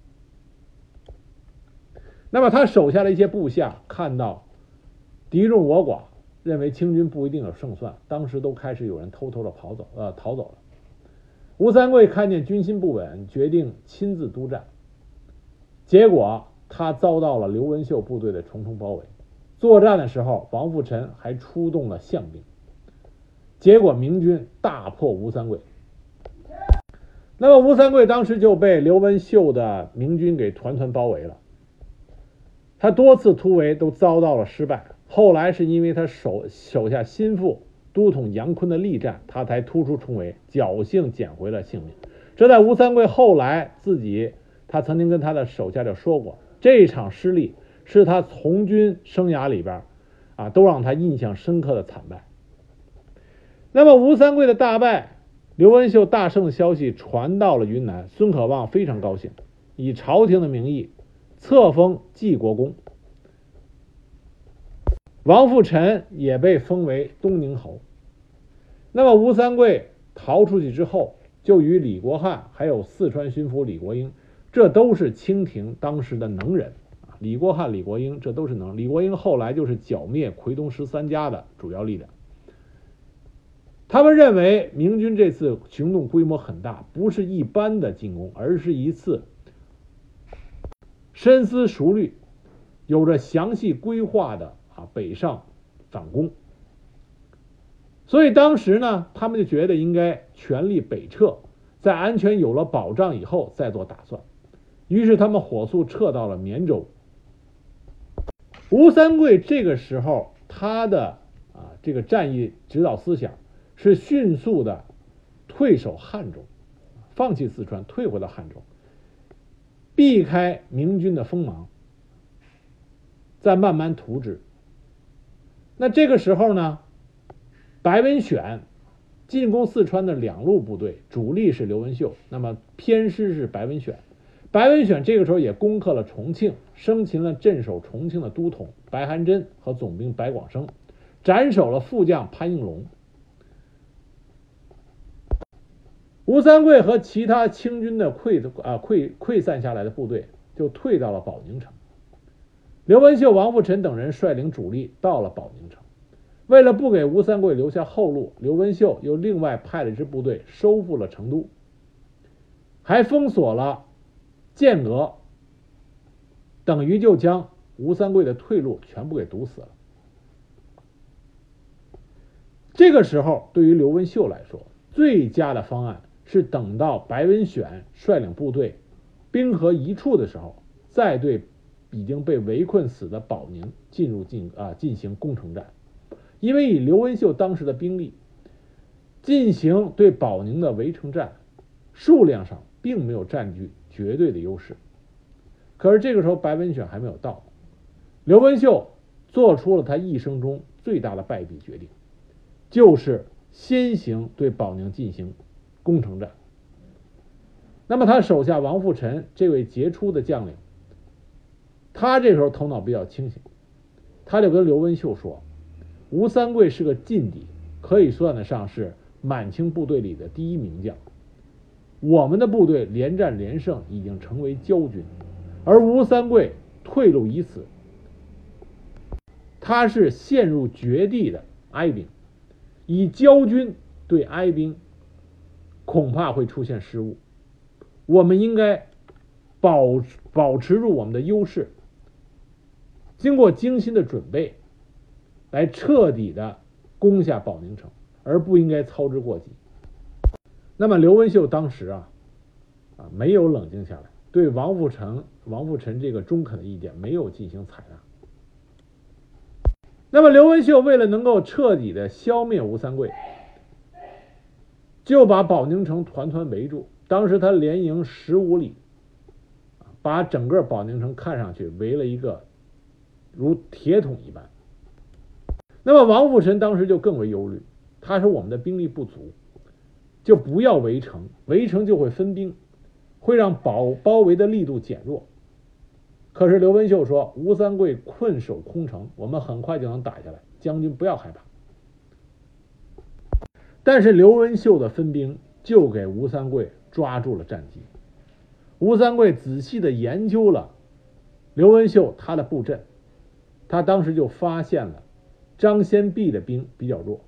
S1: 那么他手下的一些部下看到敌众我寡，认为清军不一定有胜算，当时都开始有人偷偷的逃走了。吴三桂看见军心不稳，决定亲自督战。结果他遭到了刘文秀部队的重重包围。作战的时候，王富臣还出动了象兵，结果明军大破吴三桂。那么吴三桂当时就被刘文秀的明军给团团包围了，他多次突围都遭到了失败。后来是因为他手下心腹都统杨坤的力战，他才突出重围，侥幸捡回了性命。这在吴三桂后来他曾经跟他的手下就说过，这一场失利是他从军生涯里边都让他印象深刻的惨败。那么吴三桂的大败，刘文秀大胜的消息传到了云南，孙可望非常高兴，以朝廷的名义册封济国公，王富臣也被封为东宁侯。那么吴三桂逃出去之后，就与李国汉还有四川巡抚李国英，这都是清廷当时的能人。李国汉、李国英这都是能人。李国英后来就是剿灭奎东13家的主要力量。他们认为明军这次行动规模很大，不是一般的进攻，而是一次深思熟虑、有着详细规划的北上反攻。所以当时呢，他们就觉得应该全力北撤，在安全有了保障以后再做打算。于是他们火速撤到了绵州， 吴三桂这个时候他的这个战役指导思想是迅速的退守汉中，放弃四川，退回到汉中，避开明军的锋芒，再慢慢图之。那这个时候呢，白文选进攻四川的两路部队，主力是刘文秀，那么偏师是白文选。白文选这个时候也攻克了重庆，生擒了镇守重庆的都统白含真和总兵白广生，斩首了副将潘应龙。吴三桂和其他清军的溃散下来的部队就退到了保宁城。刘文秀、王富臣等人率领主力到了保宁城。为了不给吴三桂留下后路，刘文秀又另外派了一支部队收复了成都，还封锁了剑阁，等于就将吴三桂的退路全部给堵死了。这个时候对于刘文秀来说，最佳的方案是等到白文选率领部队兵合一处的时候，再对已经被围困死的保宁进行攻城战。因为以刘文秀当时的兵力进行对保宁的围城战，数量上并没有占据绝对的优势。可是这个时候白文选还没有到，刘文秀做出了他一生中最大的败笔决定，就是先行对保宁进行攻城战。那么他手下王富臣这位杰出的将领，他这时候头脑比较清醒，他就跟刘文秀说，吴三桂是个劲敌，可以算得上是满清部队里的第一名将，我们的部队连战连胜，已经成为骄军，而吴三桂退路已死，他是陷入绝地的哀兵，以骄军对哀兵恐怕会出现失误，我们应该保持住我们的优势，经过精心的准备来彻底的攻下保宁城，而不应该操之过急。那么刘文秀当时没有冷静下来，对王富臣这个中肯的意见没有进行采纳。那么刘文秀为了能够彻底的消灭吴三桂，就把保宁城团团围住。当时他连营15里，把整个保宁城看上去围了一个如铁桶一般。那么王富臣当时就更为忧虑，他说我们的兵力不足，就不要围城，围城就会分兵，会让包围的力度减弱。可是刘文秀说，吴三桂困守空城，我们很快就能打下来，将军不要害怕。但是刘文秀的分兵就给吴三桂抓住了战机。吴三桂仔细的研究了刘文秀他的布阵，他当时就发现了张先弼的兵比较弱。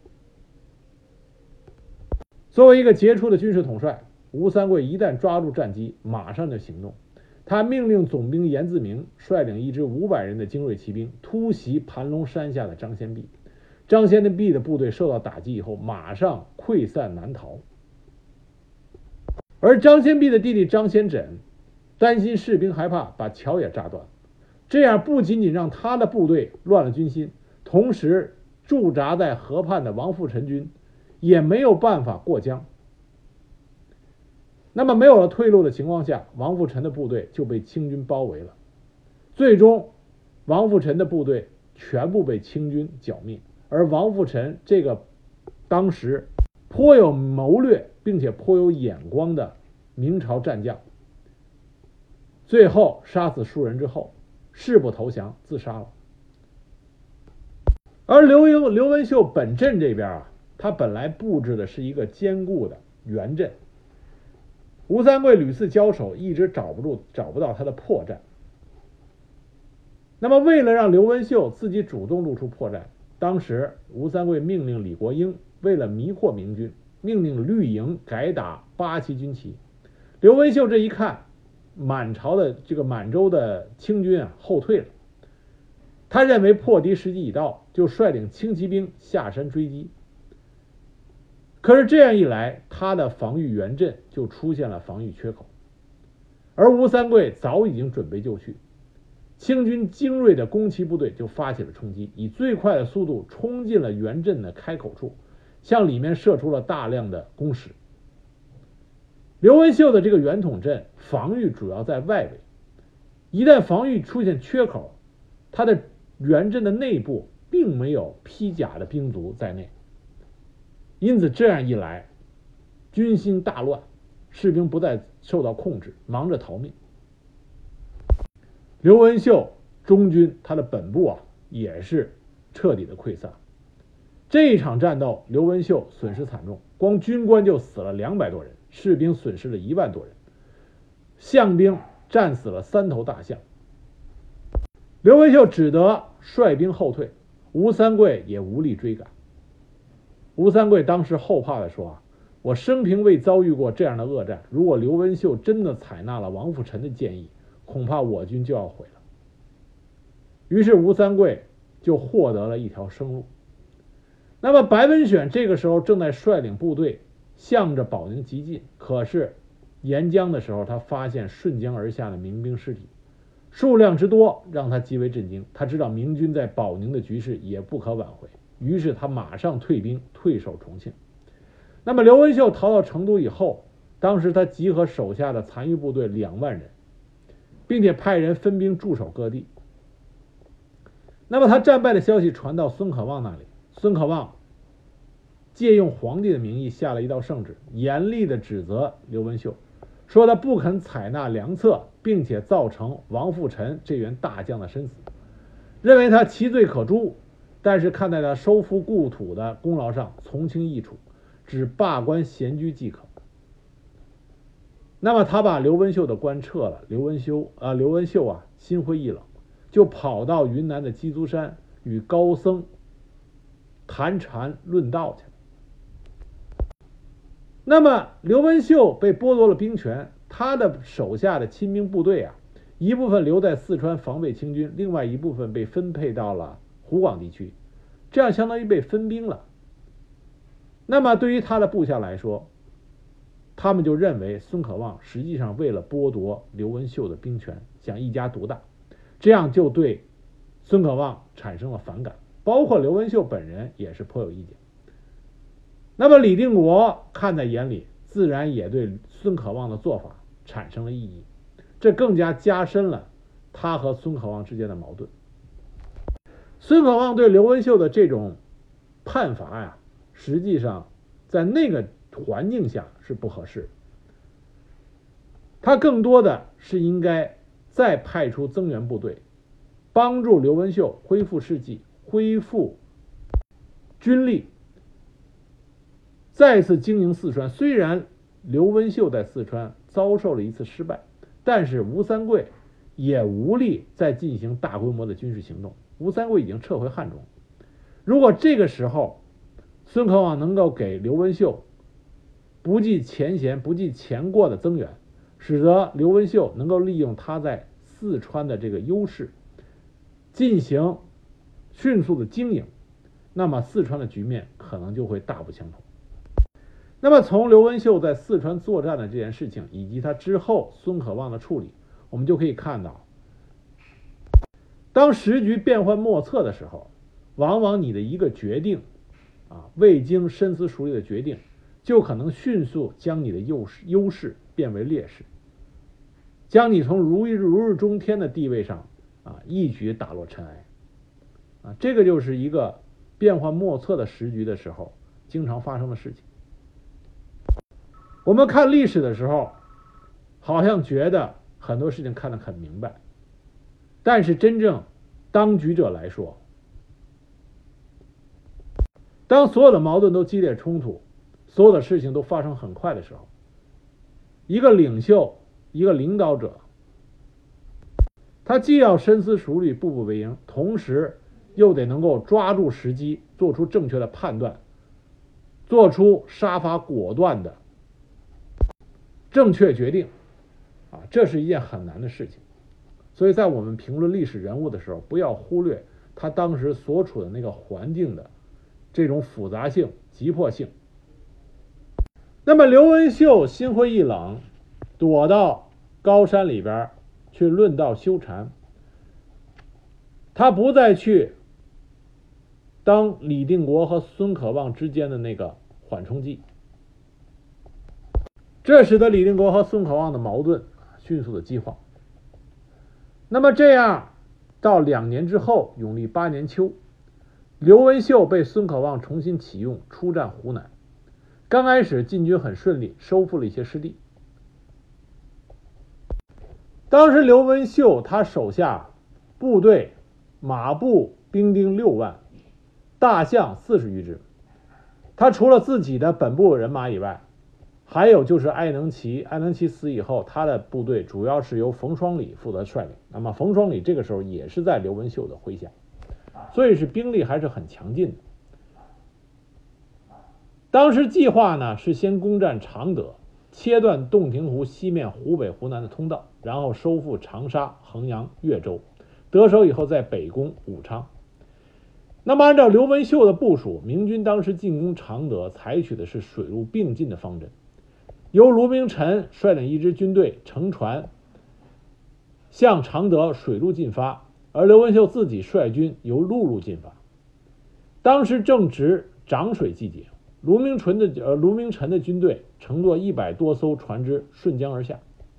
S1: 作为一个杰出的军事统帅，吴三桂一旦抓住战机，马上就行动。他命令总兵严自明率领一支500人的精锐骑兵突袭盘龙山下的张先弼。张先弼的部队受到打击以后，马上溃散难逃。而张先弼的弟弟张先轸担心士兵害怕，把桥也炸断，这样不仅仅让他的部队乱了军心，同时驻扎在河畔的王富臣军也没有办法过江。那么没有了退路的情况下，王富臣的部队就被清军包围了。最终王富臣的部队全部被清军剿灭，而王富臣这个当时颇有谋略并且颇有眼光的明朝战将，最后杀死数人之后誓不投降，自杀了。而刘文秀本阵这边他本来布置的是一个坚固的圆阵，吴三桂屡次交手，一直找不到他的破绽。那么为了让刘文秀自己主动露出破绽，当时吴三桂命令李国英为了迷惑明军，命令绿营改打8旗军旗。刘文秀这一看，满洲的清军后退了，他认为破敌时机已到，就率领轻骑兵下山追击。可是这样一来，他的防御圆阵就出现了防御缺口，而吴三桂早已经准备就绪， 清军精锐的攻骑部队就发起了冲击，以最快的速度冲进了原阵的开口处，向里面射出了大量的弓矢。刘文秀的这个圆筒阵防御主要在外围，一旦防御出现缺口，他的原阵的内部并没有披甲的兵卒在内，因此这样一来，军心大乱，士兵不再受到控制，忙着逃命。刘文秀中军他的本部也是彻底的溃散。这一场战斗，刘文秀损失惨重，光军官就死了200多人，士兵损失了1万多人，象兵战死了3头大象。刘文秀只得率兵后退，吴三桂也无力追赶。吴三桂当时后怕地说我生平未遭遇过这样的恶战，如果刘文秀真的采纳了王辅臣的建议，恐怕我军就要毁了。于是吴三桂就获得了一条生路。那么白文选这个时候正在率领部队向着保宁急进，可是沿江的时候，他发现顺江而下的民兵尸体数量之多，让他极为震惊。他知道明军在保宁的局势也不可挽回，于是他马上退兵，退守重庆。那么刘文秀逃到成都以后，当时他集合手下的残余部队2万人，并且派人分兵驻守各地。那么他战败的消息传到孙可望那里，孙可望借用皇帝的名义下了一道圣旨，严厉地指责刘文秀，说他不肯采纳良策，并且造成王辅臣这员大将的身死，认为他其罪可诛，但是看在他收复故土的功劳上从轻易处，只罢官闲居即可。那么他把刘文秀的官撤了，刘文秀心灰意冷，就跑到云南的鸡足山与高僧谈禅论道去了。那么刘文秀被剥夺了兵权，他的手下的亲兵部队一部分留在四川防备清军，另外一部分被分配到了湖广地区，这样相当于被分兵了。那么对于他的部下来说，他们就认为孙可望实际上为了剥夺刘文秀的兵权，想一家独大，这样就对孙可望产生了反感，包括刘文秀本人也是颇有意见。那么李定国看在眼里，自然也对孙可望的做法产生了异议，这更加加深了他和孙可望之间的矛盾。孙可望对刘文秀的这种判罚实际上在那个环境下是不合适，他更多的是应该再派出增援部队，帮助刘文秀恢复士气，恢复军力，再次经营四川。虽然刘文秀在四川遭受了一次失败，但是吴三桂也无力再进行大规模的军事行动，吴三桂已经撤回汉中。如果这个时候孙可望能够给刘文秀不计前嫌不计前过的增援，使得刘文秀能够利用他在四川的这个优势进行迅速的经营，那么四川的局面可能就会大不相同。那么从刘文秀在四川作战的这件事情，以及他之后孙可望的处理，我们就可以看到，当时局变幻莫测的时候，往往你的一个决定未经深思熟虑的决定，就可能迅速将你的优势变为劣势，将你从如日中天的地位上一举打落尘埃这个就是一个变幻莫测的时局的时候经常发生的事情。我们看历史的时候，好像觉得很多事情看得很明白，但是真正当局者来说，当所有的矛盾都激烈冲突，所有的事情都发生很快的时候，一个领袖，一个领导者，他既要深思熟虑，步步为营，同时又得能够抓住时机，做出正确的判断，做出杀伐果断的正确决定这是一件很难的事情。所以在我们评论历史人物的时候，不要忽略他当时所处的那个环境的这种复杂性、急迫性。那么刘文秀心灰意冷，躲到高山里边去论道修禅， 他不再去当李定国和孙可望之间的那个缓冲剂，这使得李定国和孙可望的矛盾迅速的激化。那么这样到2年之后，永历8年秋，刘文秀被孙可望重新启用，出战湖南。刚开始进军很顺利，收复了一些失地。当时刘文秀他手下部队马步兵丁6万，大象40余只。他除了自己的本部人马以外，还有就是艾能奇死以后，他的部队主要是由冯双礼负责率领。那么冯双礼这个时候也是在刘文秀的麾下，所以是兵力还是很强劲的。当时计划呢是先攻占常德，切断洞庭湖西面湖北湖南的通道，然后收复长沙、衡阳、岳州，得手以后再北攻武昌。那么按照刘文秀的部署，明军当时进攻常德采取的是水陆并进的方针，由卢明臣率领一支军队乘船向常德水路进发，而刘文秀自己率军由陆路进发。当时正值涨水季节，卢明臣的军队乘坐100多艘船只顺江而下，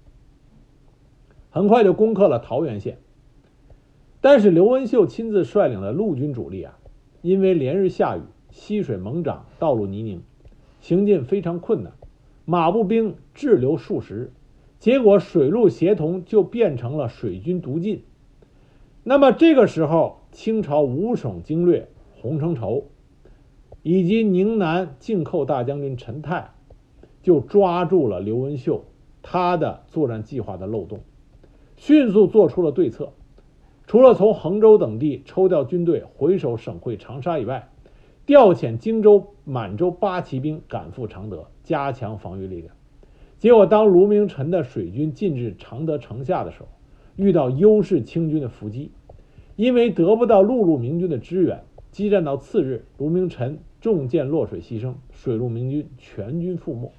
S1: 很快就攻克了桃源县。但是刘文秀亲自率领的陆军主力因为连日下雨，溪水猛涨，道路泥泞，行进非常困难，马步兵滞留数十，结果水陆协同就变成了水军独进。那么这个时候，清朝五省经略洪承畴以及宁南靖寇大将军陈泰就抓住了刘文秀他的作战计划的漏洞，迅速做出了对策。除了从衡州等地抽调军队回守省会长沙以外，调遣荆州、满洲8骑兵赶赴常德，加强防御力量。结果当卢明臣的水军进至常德城下的时候，遇到优势清军的伏击，因为得不到陆路明军的支援，激战到次日，卢明臣中箭落水牺牲，水陆明军全军覆没。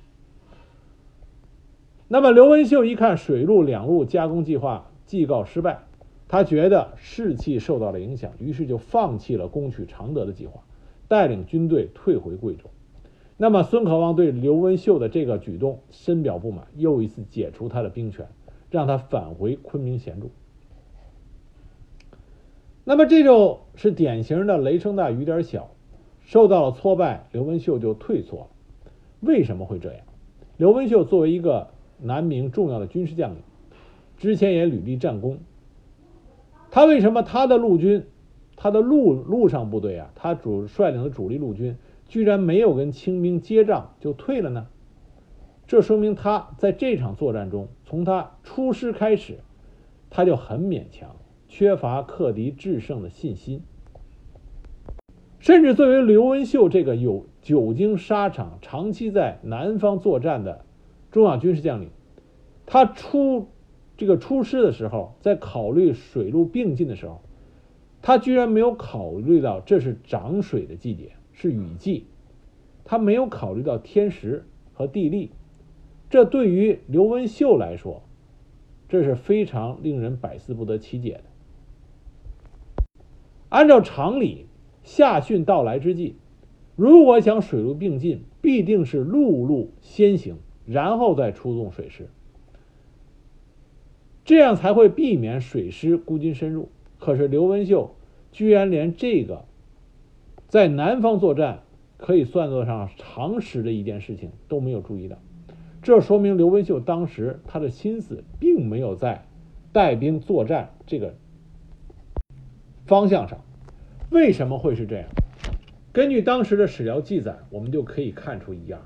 S1: 那么刘文秀一看水陆两路加攻计划既告失败，他觉得士气受到了影响，于是就放弃了攻取常德的计划，带领军队退回贵州。那么孙可望对刘文秀的这个举动深表不满，又一次解除他的兵权，让他返回昆明协助。那么这就是典型的雷声大雨点小，受到了挫败，刘文秀就退缩了。为什么会这样？刘文秀作为一个南明重要的军事将领，之前也屡立战功，他为什么他的陆军，他的陆上部队他率领的主力陆军居然没有跟清兵接仗就退了呢？这说明他在这场作战中，从他出师开始，他就很勉强，缺乏克敌制胜的信心。甚至作为刘文秀这个有久经沙场、长期在南方作战的重要军事将领，他出师的时候，在考虑水陆并进的时候，他居然没有考虑到这是涨水的季节，是雨季，他没有考虑到天时和地利。这对于刘文秀来说，这是非常令人百思不得其解的。按照常理，夏汛到来之际，如果想水陆并进，必定是陆路先行，然后再出动水师，这样才会避免水师孤军深入。可是刘文秀居然连这个在南方作战可以算作上常识的一件事情都没有注意到，这说明刘文秀当时他的心思并没有在带兵作战这个方向上。为什么会是这样？根据当时的史料记载，我们就可以看出一样。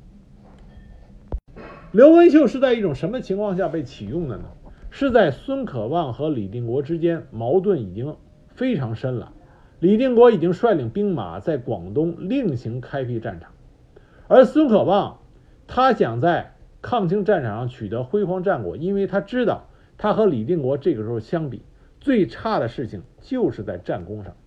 S1: 刘文秀是在一种什么情况下被启用的呢？是在孙可望和李定国之间矛盾已经非常深了，李定国已经率领兵马在广东另行开辟战场，而孙可望他想在抗清战场上取得辉煌战果，因为他知道他和李定国这个时候相比，最差的事情就是在战功上。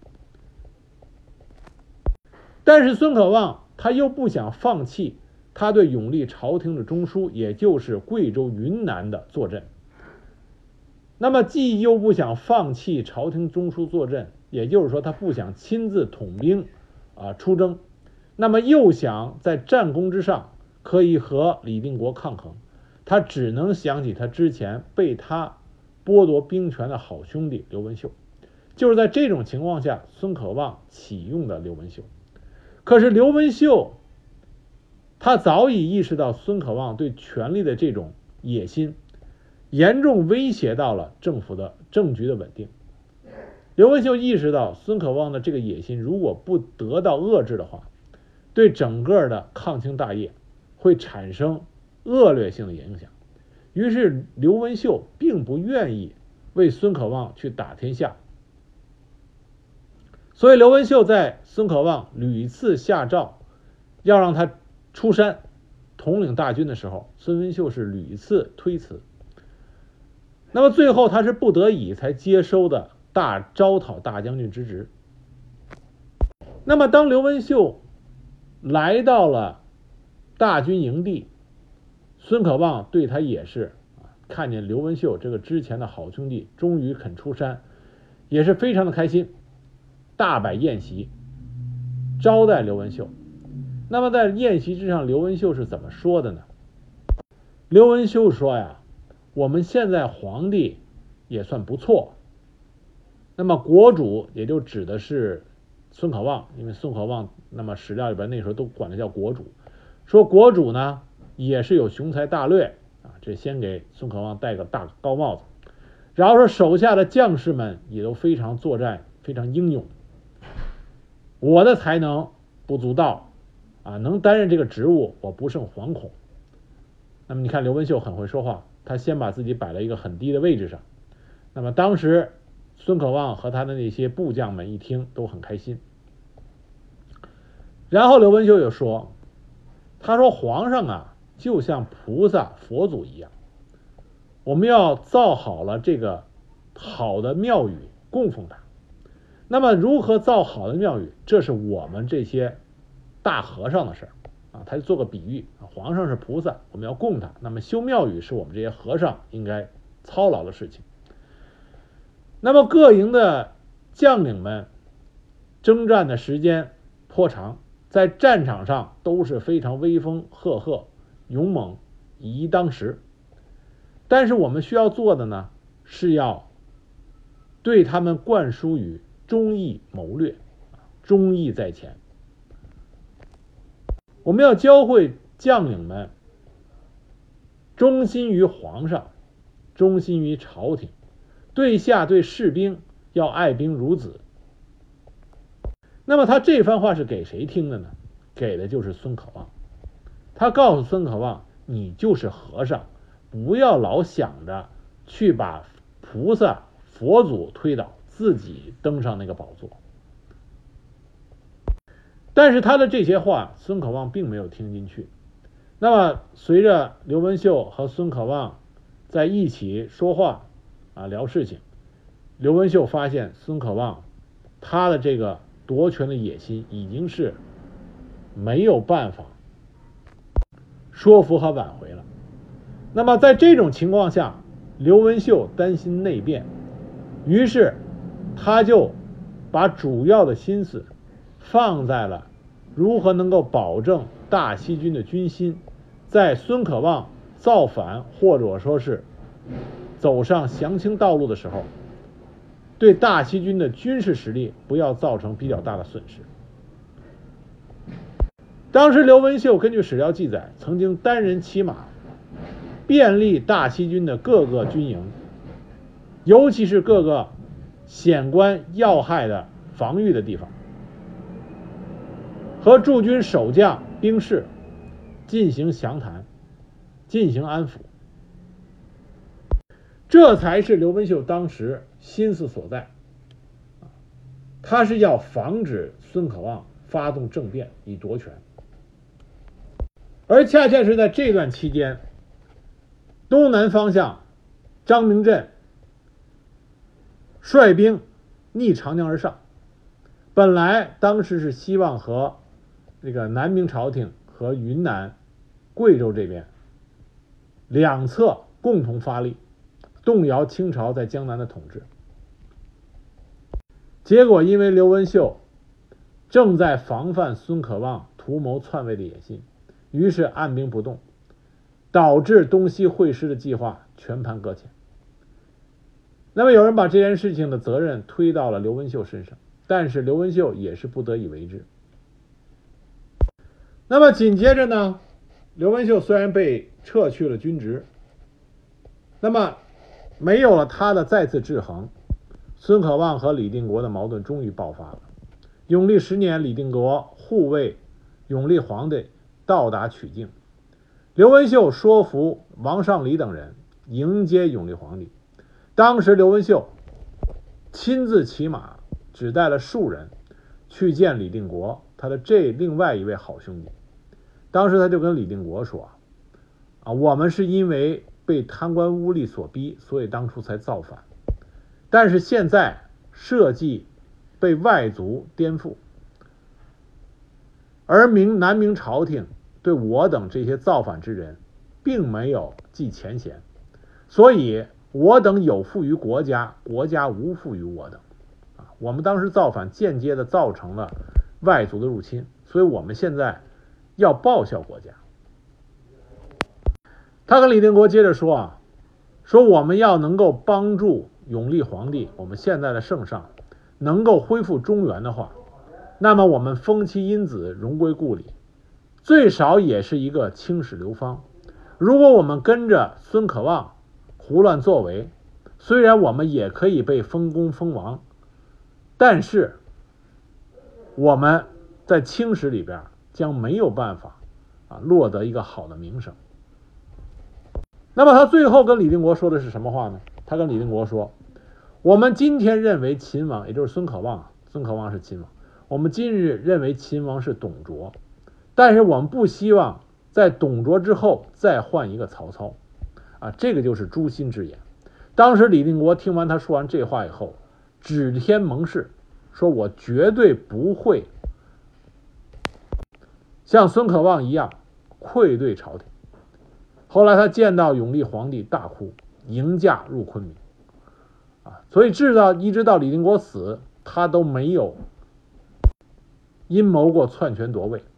S1: 但是孙可望他又不想放弃他对永历朝廷的中枢，也就是贵州、云南的坐镇。 那么既又不想放弃朝廷中枢坐镇，也就是说他不想亲自统兵出征，那么又想在战功之上可以和李定国抗衡，他只能想起他之前被他剥夺兵权的好兄弟刘文秀。就是在这种情况下，孙可望启用的刘文秀。可是刘文秀他早已意识到孙可望对权力的这种野心严重威胁到了政局的稳定。刘文秀意识到孙可望的这个野心如果不得到遏制的话，对整个的抗清大业会产生恶劣性的影响。于是刘文秀并不愿意为孙可望去打天下，所以刘文秀在孙可望屡次下诏要让他出山统领大军的时候，孙文秀是屡次推辞。那么最后他是不得已才接收的招讨大将军之职。那么当刘文秀来到了大军营地，孙可望对他也是看见刘文秀这个之前的好兄弟终于肯出山，也是非常的开心，大摆宴席招待刘文秀。那么在宴席之上，刘文秀是怎么说的呢？刘文秀说呀，我们现在皇帝也算不错，那么国主也就指的是孙可望，因为孙可望那么史料里边那时候都管他叫国主，说国主呢也是有雄才大略这先给孙可望戴个大高帽子，然后说手下的将士们也都非常作战非常英勇，我的才能不足道能担任这个职务我不胜惶恐。那么你看刘文秀很会说话，他先把自己摆在一个很低的位置上。那么当时孙可望和他的那些部将们一听都很开心。然后刘文秀又说，他说皇上就像菩萨佛祖一样，我们要造好了这个好的庙宇供奉他。那么如何造好的庙宇，这是我们这些大和尚的事他就做个比喻皇上是菩萨，我们要供他，那么修庙宇是我们这些和尚应该操劳的事情。那么各营的将领们征战的时间颇长，在战场上都是非常威风赫赫勇猛以一当十，但是我们需要做的呢，是要对他们灌输于忠义谋略，忠义在前。我们要教会将领们忠心于皇上，忠心于朝廷，对下对士兵要爱兵如子。那么他这番话是给谁听的呢？给的就是孙可望。他告诉孙可望，你就是和尚，不要老想着去把菩萨佛祖推倒，自己登上那个宝座。但是他的这些话孙可望并没有听进去。那么随着刘文秀和孙可望在一起说话聊事情，刘文秀发现孙可望他的这个夺权的野心已经是没有办法说服和挽回了。那么在这种情况下，刘文秀担心内变，于是他就把主要的心思放在了如何能够保证大西军的军心在孙可望造反或者说是走上降清道路的时候，对大西军的军事实力不要造成比较大的损失。当时刘文秀根据史料记载，曾经单人骑马遍历大西军的各个军营，尤其是各个险关要害的防御的地方，和驻军守将兵士进行详谈，进行安抚。这才是刘文秀当时心思所在，他是要防止孙可望发动政变以夺权。而恰恰是在这段期间，东南方向张明镇率兵逆长江而上，本来当时是希望和这个南明朝廷和云南贵州这边两侧共同发力， 动摇清朝在江南的统治。结果因为刘文秀正在防范孙可望图谋篡位的野心，于是按兵不动，导致东西会师的计划全盘搁浅。那么有人把这件事情的责任推到了刘文秀身上，但是刘文秀也是不得已为之。那么紧接着呢，刘文秀虽然被撤去了军职，那么没有了他的再次制衡，孙可望和李定国的矛盾终于爆发了。永历10年，李定国护卫永历皇帝到达曲靖，刘文秀说服王尚礼等人迎接永历皇帝。当时刘文秀亲自骑马，只带了数人去见李定国他的另外一位好兄弟。当时他就跟李定国说我们是因为被贪官污吏所逼，所以当初才造反，但是现在社稷被外族颠覆，而南明朝廷对我等这些造反之人并没有记前嫌，所以我等有负于国家，国家无负于我等。我们当时造反间接的造成了外族的入侵，所以我们现在要报效国家。他跟李定国接着说我们要能够帮助永历皇帝，我们现在的圣上能够恢复中原的话，那么我们封其因子，荣归故里，最少也是一个青史流芳。如果我们跟着孙可望胡乱作为，虽然我们也可以被封公封王，但是我们在青史里边将没有办法落得一个好的名声。那么他最后跟李定国说的是什么话呢？他跟李定国说，我们今天认为秦王，也就是孙可望是秦王，我们今日认为秦王是董卓，但是我们不希望在董卓之后再换一个曹操这个就是诛心之言。当时李定国听完他说完这话以后，指天盟誓，说我绝对不会像孙可望一样愧对朝廷。后来他见到永历皇帝大哭，迎驾入昆明所以一直到李定国死，他都没有阴谋过篡权夺位。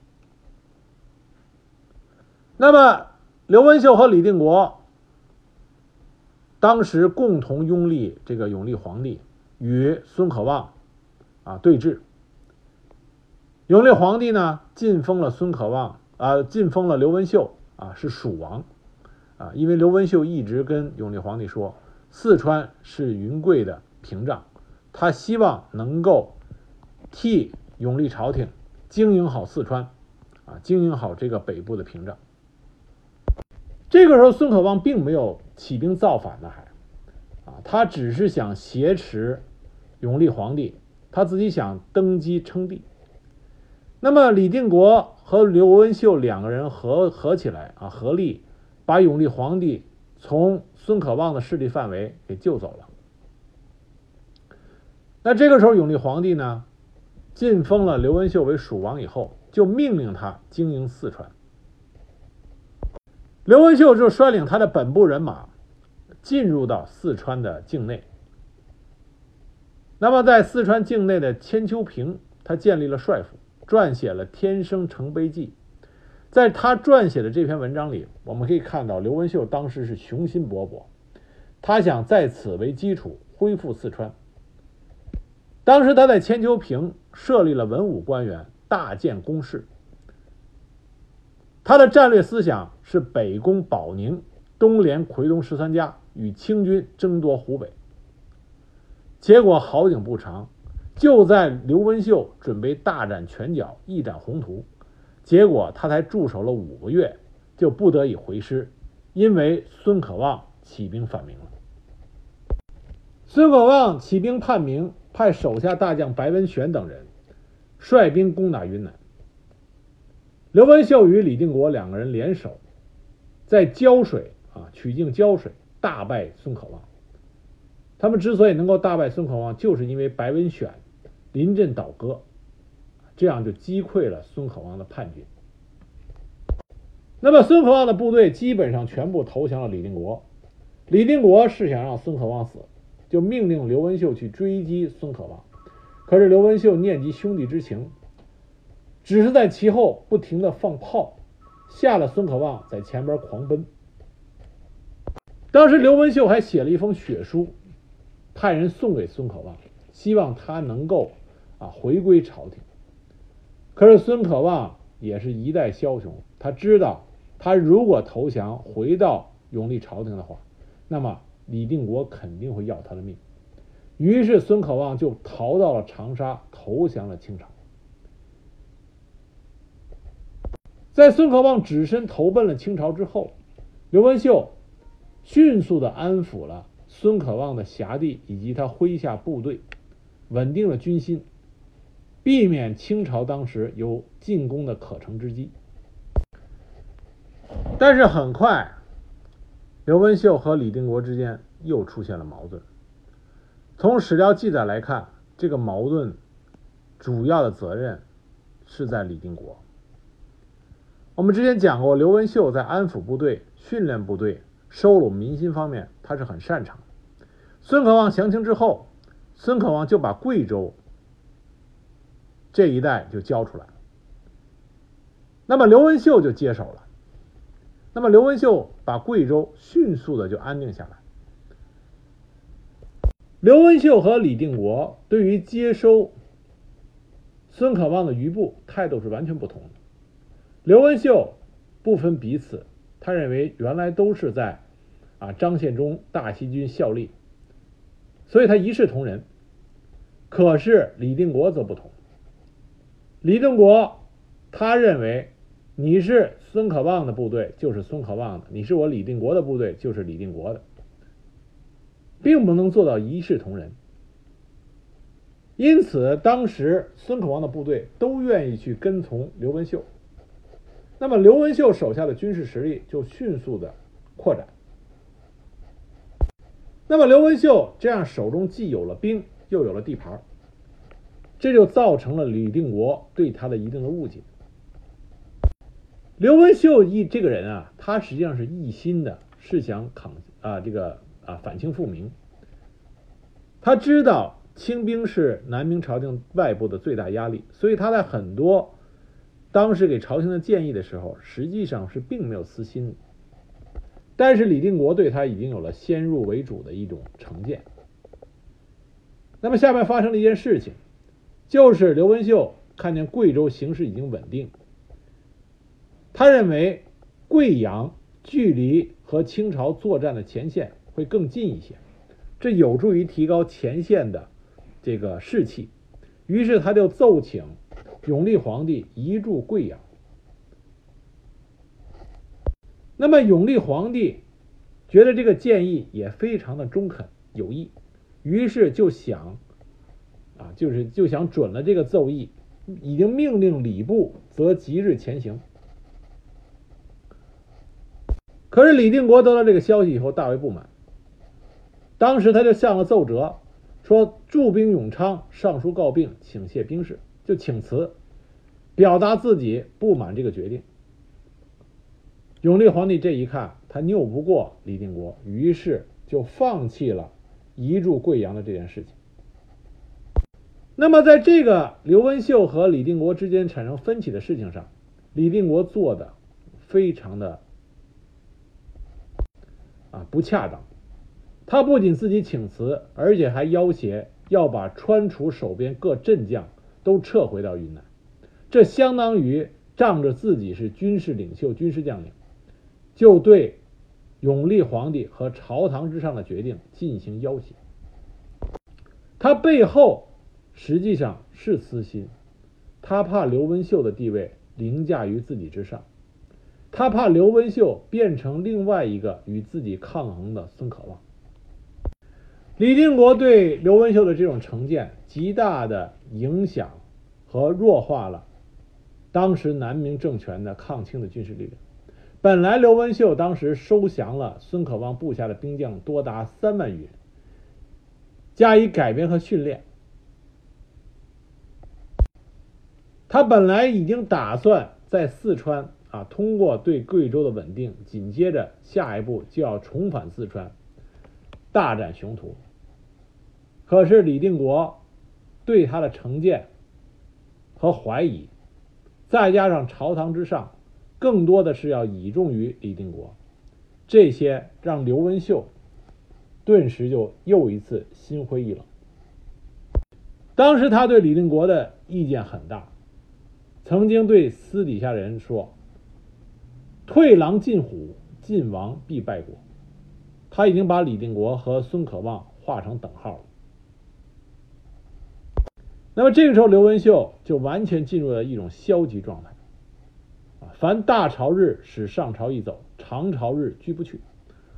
S1: 那么刘文秀和李定国当时共同拥立这个永历皇帝，与孙可望对峙。永历皇帝呢晋封了晋封了刘文秀是蜀王因为刘文秀一直跟永历皇帝说，四川是云贵的屏障，他希望能够替永历朝廷经营好四川经营好这个北部的屏障。这个时候孙可望并没有起兵造反的他只是想挟持永历皇帝，他自己想登基称帝。那么李定国和刘文秀两个人合起来合力把永历皇帝从孙可望的势力范围给救走了。那这个时候永历皇帝呢晋封了刘文秀为蜀王以后，就命令他经营四川。刘文秀就率领他的本部人马进入到四川的境内。那么在四川境内的千秋平，他建立了帅府，撰写了《天生成碑记》。在他撰写的这篇文章里，我们可以看到刘文秀当时是雄心勃勃，他想在此为基础恢复四川。当时他在千秋平设立了文武官员，大建工事。他的战略思想是北攻保宁，东连夔东13家，与清军争夺湖北。结果好景不长，就在刘文秀准备大展拳脚，一展宏图，结果他才驻守了5个月，就不得已回师，因为孙可望起兵反明了。孙可望起兵叛明，派手下大将白文选等人率兵攻打云南。刘文秀与李定国两个人联手，在胶水曲靖胶水大败孙可望。他们之所以能够大败孙可望，就是因为白文选临阵倒戈，这样就击溃了孙可望的叛军。那么孙可望的部队基本上全部投降了李定国。 李定国是想让孙可望死，就命令刘文秀去追击孙可望。可是刘文秀念及兄弟之情，只是在其后不停地放炮，吓了孙可望在前边狂奔。当时刘文秀还写了一封血书，派人送给孙可望，希望他能够回归朝廷。可是孙可望也是一代枭雄，他知道他如果投降回到永历朝廷的话，那么李定国肯定会要他的命。于是孙可望就逃到了长沙，投降了清朝。在孙可望只身投奔了清朝之后，刘文秀迅速地安抚了孙可望的辖地以及他麾下部队，稳定了军心，避免清朝当时有进攻的可乘之机。但是很快，刘文秀和李定国之间又出现了矛盾。从史料记载来看，这个矛盾主要的责任是在李定国。我们之前讲过，刘文秀在安抚部队、训练部队、收拢民心方面他是很擅长的。孙可望降清之后，孙可望就把贵州这一带就交出来了，那么刘文秀就接手了。那么刘文秀把贵州迅速的就安定下来。刘文秀和李定国对于接收孙可望的余部态度是完全不同的。刘文秀不分彼此，他认为原来都是在张献忠大西军效力，所以他一视同仁。可是李定国则不同，李定国他认为你是孙可望的部队就是孙可望的，你是我李定国的部队就是李定国的，并不能做到一视同仁。因此当时孙可望的部队都愿意去跟从刘文秀，那么刘文秀手下的军事实力就迅速的扩展。那么刘文秀这样手中既有了兵又有了地盘，这就造成了李定国对他的一定的误解。刘文秀这个人他实际上是一心的是想反清复明。他知道清兵是南明朝廷外部的最大压力，所以他在很多当时给朝廷的建议的时候，实际上是并没有私心的。但是李定国对他已经有了先入为主的一种成见。那么下面发生了一件事情，就是刘文秀看见贵州形势已经稳定，他认为贵阳距离和清朝作战的前线会更近一些，这有助于提高前线的这个士气。于是他就奏请永历皇帝移驻贵阳。那么永历皇帝觉得这个建议也非常的中肯有益，于是就想准了这个奏议，已经命令礼部则即日前行。可是李定国得到这个消息以后大为不满，当时他就向了奏折，说驻兵永昌上书告病，请谢兵士，就请辞，表达自己不满这个决定。永历皇帝这一看，他拗不过李定国，于是就放弃了移驻贵阳的这件事情。那么在这个刘文秀和李定国之间产生分歧的事情上，李定国做的非常的不恰当。他不仅自己请辞，而且还要挟要把川楚守边各镇将都撤回到云南，这相当于仗着自己是军事领袖、军事将领，就对永历皇帝和朝堂之上的决定进行要挟。他背后实际上是私心，他怕刘文秀的地位凌驾于自己之上，他怕刘文秀变成另外一个与自己抗衡的孙可望。李定国对刘文秀的这种成见极大的影响和弱化了当时南明政权的抗清的军事力量。本来刘文秀当时收降了孙可望部下的兵将多达3万余人，加以改编和训练，他本来已经打算在四川通过对贵州的稳定，紧接着下一步就要重返四川， 大展宏图。可是李定国对他的成见和怀疑，再加上朝堂之上更多的是要倚重于李定国，这些让刘文秀顿时就又一次心灰意冷。当时他对李定国的意见很大，曾经对私底下人说：退狼进虎，晋王必败国。他已经把李定国和孙可望画成等号了。那么这个时候刘文秀就完全进入了一种消极状态，凡大朝日使上朝易走，长朝日居不去，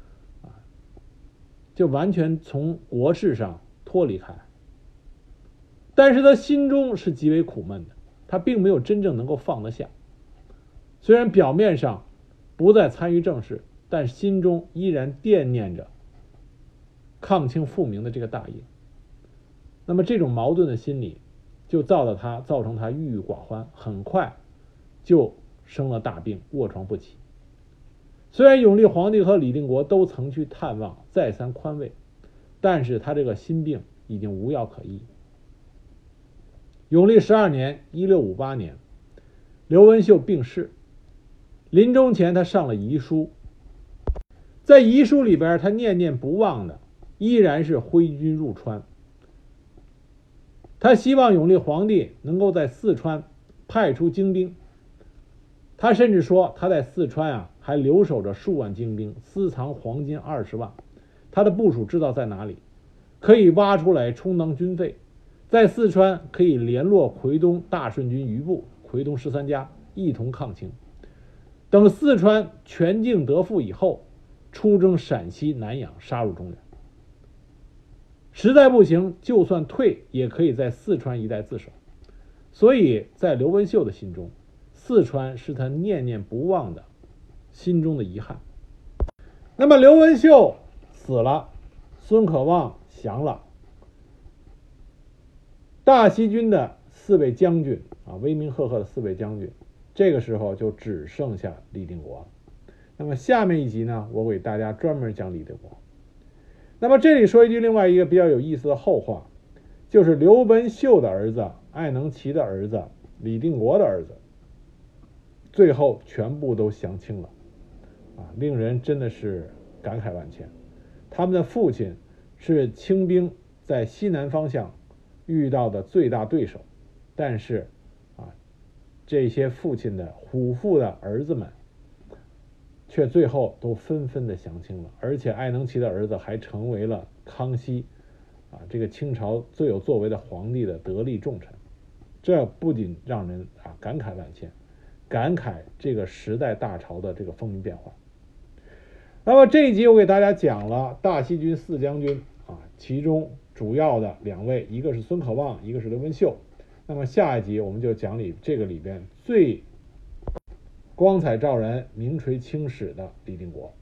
S1: 就完全从国事上脱离开来。但是他心中是极为苦闷的，他并没有真正能够放得下。虽然表面上不再参与政事，但心中依然惦念着抗清复明的这个大业。那么这种矛盾的心理就造成他郁郁寡欢，很快就生了大病，卧床不起。虽然永历皇帝和李定国都曾去探望，再三宽慰，但是他这个心病已经无药可医。永历12年1658年，刘文秀病逝，临终前他上了遗书，在遗书里边他念念不忘的依然是挥军入川。他希望永历皇帝能够在四川派出精兵，他甚至说他在四川还留守着数万精兵，私藏黄金20万，他的部署知道在哪里，可以挖出来充当军费，在四川可以联络奎东大顺军余部、奎东13家一同抗清。等四川全境得复以后，出征陕西、南阳，杀入中原。实在不行，就算退也可以在四川一带自守。所以在刘文秀的心中，四川是他念念不忘的心中的遗憾。那么刘文秀死了，孙可望降了，大西军的4位将军威名赫赫的4位将军，这个时候就只剩下李定国了。那么下面一集呢，我给大家专门讲李定国。那么这里说一句另外一个比较有意思的后话，就是刘文秀的儿子、艾能奇的儿子、李定国的儿子，最后全部都降清了，令人真的是感慨万千。他们的父亲是清兵在西南方向遇到的最大对手，但是这些父亲的虎父的儿子们却最后都纷纷的降清了，而且艾能奇的儿子还成为了康熙这个清朝最有作为的皇帝的得力重臣。这不仅让人感慨万千，感慨这个时代大潮的这个风云变化。那么这一集我给大家讲了大西军4将军其中主要的2位，一个是孙可望，一个是刘文秀。那么下一集我们就讲这个里边最光彩照人、名垂青史的李定国。